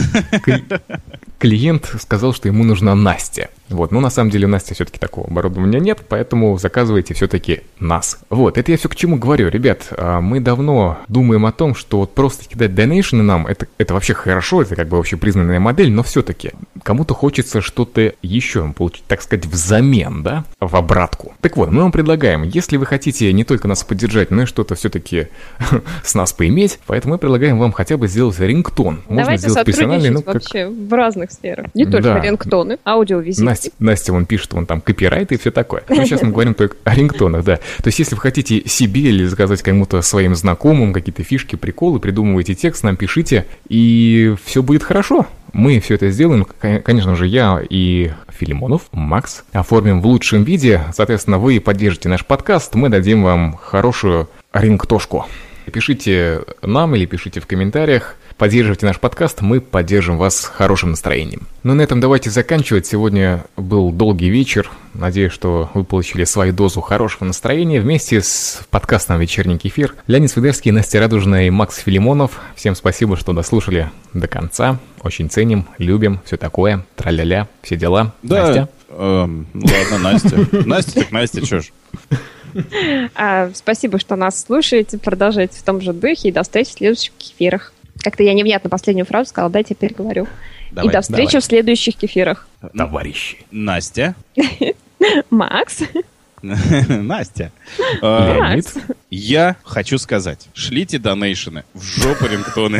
Клиент сказал, что ему нужна Настя. Вот, но на самом деле у Насти все-таки такого оборудования нет, поэтому заказывайте все-таки нас. Вот, это я все к чему говорю. Ребят, мы давно думаем о том, что вот просто кидать донейшены нам, это, это вообще хорошо, это как бы общепризнанная модель, но все-таки кому-то хочется что-то еще получить, так сказать, взамен, да, в обратку. Так вот, мы вам предлагаем, если вы хотите не только нас поддержать, но и что-то все-таки с нас поиметь, поэтому мы предлагаем вам хотя бы сделать рингтон. Можно Давайте сделать персональный, ну, как... вообще в разных сферах. Не только Да. рингтоны, аудиовизитки. Настя, Настя вон пишет, вон там копирайт и все такое. Но сейчас мы говорим только о рингтонах, да. То есть, если вы хотите себе или заказать кому-то своим знакомым какие-то фишки, приколы, придумывайте текст, нам пишите, и все будет хорошо. Мы все это сделаем, конечно же, я и Филимонов, Макс, оформим в лучшем виде. Соответственно, вы поддержите наш подкаст, мы дадим вам хорошую рингтошку. Пишите нам или пишите в комментариях. Поддерживайте наш подкаст, мы поддержим вас хорошим настроением. Ну, на этом давайте заканчивать. Сегодня был долгий вечер. Надеюсь, что вы получили свою дозу хорошего настроения вместе с подкастом «Вечерний кефир». Леонид Свидерский, Настя Радужная и Макс Филимонов. Всем спасибо, что дослушали до конца. Очень ценим, любим, все такое. Тра-ля-ля, все дела. Да, Настя? Эм, ладно, Настя. Настя так Настя, чё ж. А, спасибо, что нас слушаете. Продолжайте в том же духе. И до встречи в следующих кефирах. Как-то я невнятно последнюю фразу сказала, да, теперь говорю. Давай, и до встречи давай. в следующих кефирах. Товарищи. Настя. Макс. Настя. Леонид. Я хочу сказать, шлите донейшены в жопу рингтоны.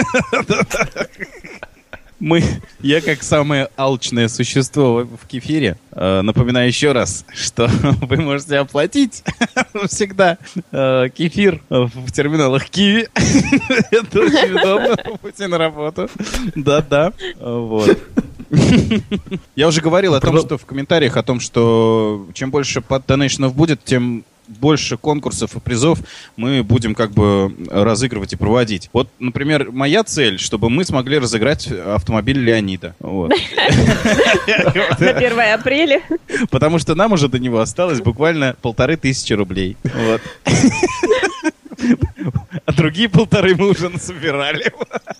Мы, я как самое алчное существо в кефире, э, напоминаю еще раз, что вы можете оплатить всегда э, кефир в терминалах Киви. Это очень удобно по пути на работу. Да-да. Вот. Я уже говорил о том, что в комментариях, о том, что чем больше донейшенов будет, тем больше конкурсов и призов мы будем как бы разыгрывать и проводить. Вот, например, моя цель, чтобы мы смогли разыграть автомобиль Леонида. На первое апреля. Потому что нам уже до него осталось буквально полторы тысячи рублей. Вот. А другие полторы мы уже насобирали.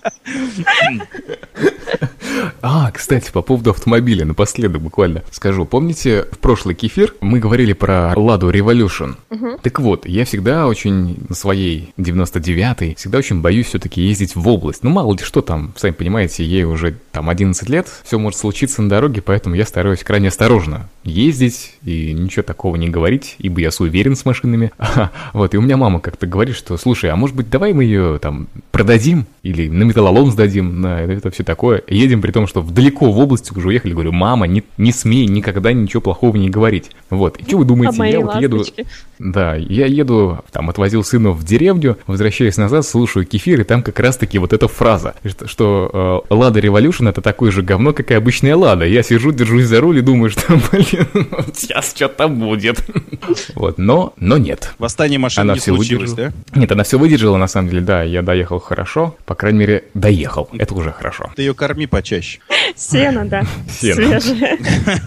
А, кстати, по поводу автомобиля, напоследок буквально скажу. Помните, в прошлый кефир мы говорили про Ладу Revolution? Угу. Так вот, я всегда очень на своей девяносто девятой, всегда очень боюсь все-таки ездить в область. Ну, мало ли что там, сами понимаете, ей уже там одиннадцать лет, все может случиться на дороге, поэтому я стараюсь крайне осторожно ездить и ничего такого не говорить, ибо я суеверен с машинами. Вот, и у меня мама как-то говорит, что, слушай, а может быть, давай мы ее там продадим или на металлолом сдадим, на это все такое. Едем при том, что далеко в области уже уехали. Говорю, мама, не, не смей никогда ничего плохого не говорить. Вот. И что вы думаете? Я вот еду... Да, я еду, там, отвозил сына в деревню, возвращаюсь назад, слушаю кефир, и там как раз-таки вот эта фраза, что, что э, Лада Revolution — это такое же говно, как и обычная Лада. Я сижу, держусь за руль и думаю, что, блин, сейчас что-то будет. Вот, но, но нет. Восстание машин не случилось, да? Нет, она все выдержала, на самом деле, да, я доехал хорошо, по крайней мере, доехал, это уже хорошо. Ты ее корми почаще. Сено, да. Сено. Свежее.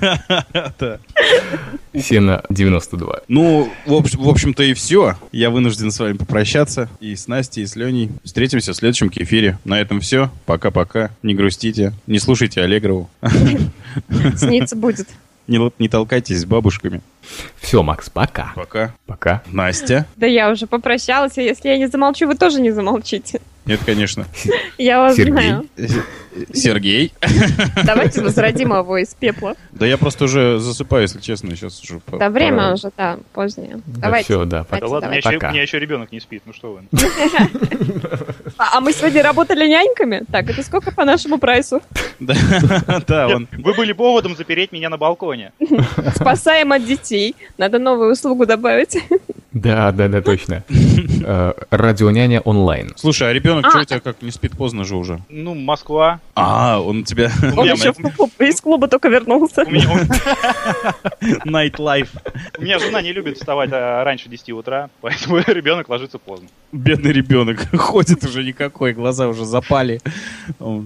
Сено девяносто два. Ну, в, в общем-то и все. Я вынужден с вами попрощаться. И с Настей, и с Леней. Встретимся в следующем кефире. На этом все. Пока-пока. Не грустите. Не слушайте Аллегрову. Снится будет. Не, не толкайтесь с бабушками. Все, Макс, пока. Пока. Пока. Настя. Да я уже попрощалась, а если я не замолчу, вы тоже не замолчите. Нет, конечно. Я вас Сергей. знаю. Сергей. Давайте возродим его из пепла. Да я просто уже засыпаю, если честно, сейчас уже... Да время уже, да, позднее. Да Давайте. все, да, Да ладно, у меня, еще, Пока. у меня еще ребенок не спит, ну что вы. А, а мы сегодня работали няньками? Так, это сколько по нашему прайсу? Да, да, он... Вы были поводом запереть меня на балконе. Спасаем от детей. Надо новую услугу добавить. Да, да, да, точно. Э, Радионяня онлайн. Слушай, а ребенок, А, что у тебя как не спит поздно же уже? Ну, Москва. А, он у тебя... Он меня еще в клуб- из клуба только вернулся. У меня, Night life. у меня жена не любит вставать а, раньше десяти утра, поэтому ребенок ложится поздно. Бедный ребенок. Ходит уже никакой, глаза уже запали. Он-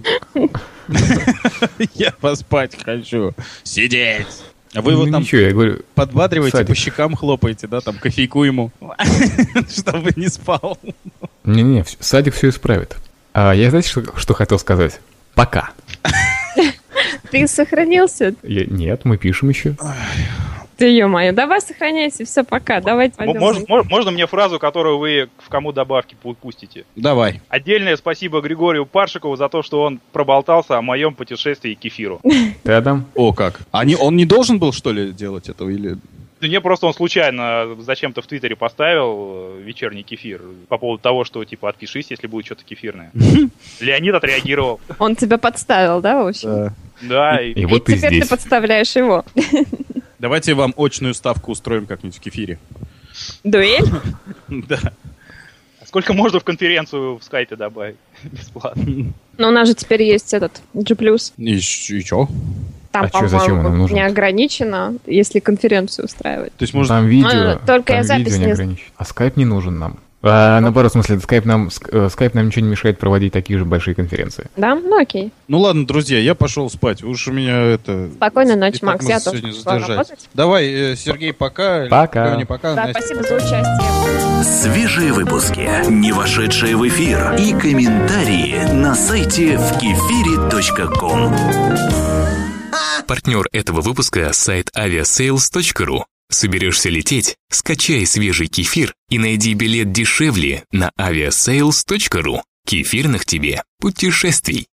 Я поспать хочу. Сидеть. А вы его Ну, там ничего, я говорю, подбадриваете, Садик. по щекам хлопаете, да, там кофейку ему, чтобы не спал. не-не, вс- садик все исправит. А я, знаете, что, что хотел сказать? Пока. Ты сохранился? Я- нет, мы пишем еще. Ты, ё-моё, давай сохраняйся, все, пока, давайте М- пойдем. мож- мож- Можно мне фразу, которую вы в кому добавки пу- пустите? Давай. Отдельное спасибо Григорию Паршикову за то, что он проболтался о моем путешествии к кефиру. Ты, Адам? О, как? А не, он не должен был, что ли, делать этого? Или... Мне просто он случайно зачем-то в Твиттере поставил э, вечерний кефир по поводу того, что, типа, отпишись, если будет что-то кефирное. Леонид отреагировал. Он тебя подставил, да, в общем? Да, и... И вот ты теперь здесь. ты подставляешь его. Давайте вам очную ставку устроим как-нибудь в кефире. Дуэль? Да. Сколько можно в конференцию в скайпе добавить? Бесплатно. Но у нас же теперь есть этот G+. И, ч- и чё? Там, А чё, зачем по-моему, он нужен? не ограничено, если конференцию устраивать. То есть, может, Там видео, Ну, только там я запись видео не не- ограничено. А скайп не нужен нам. А, наоборот, в смысле, скайп нам, ск- э, скайп нам ничего не мешает проводить такие же большие конференции. Да? Ну окей. ну ладно, друзья, я пошел спать. Уж у меня это... Спокойной ночи, и так Макс, можно я тоже сегодня пошла задержать. работать. Давай, э, Сергей, пока. Пока. Леня, пока. Да, Настя. спасибо за участие. Свежие выпуски, не вошедшие в эфир и комментарии на сайте в кефире точка ком. Партнер этого выпуска – сайт авиасейлс точка ру. Соберешься лететь? Скачай свежий кефир и найди билет дешевле на авиасейлс точка ру. Кефирных тебе путешествий.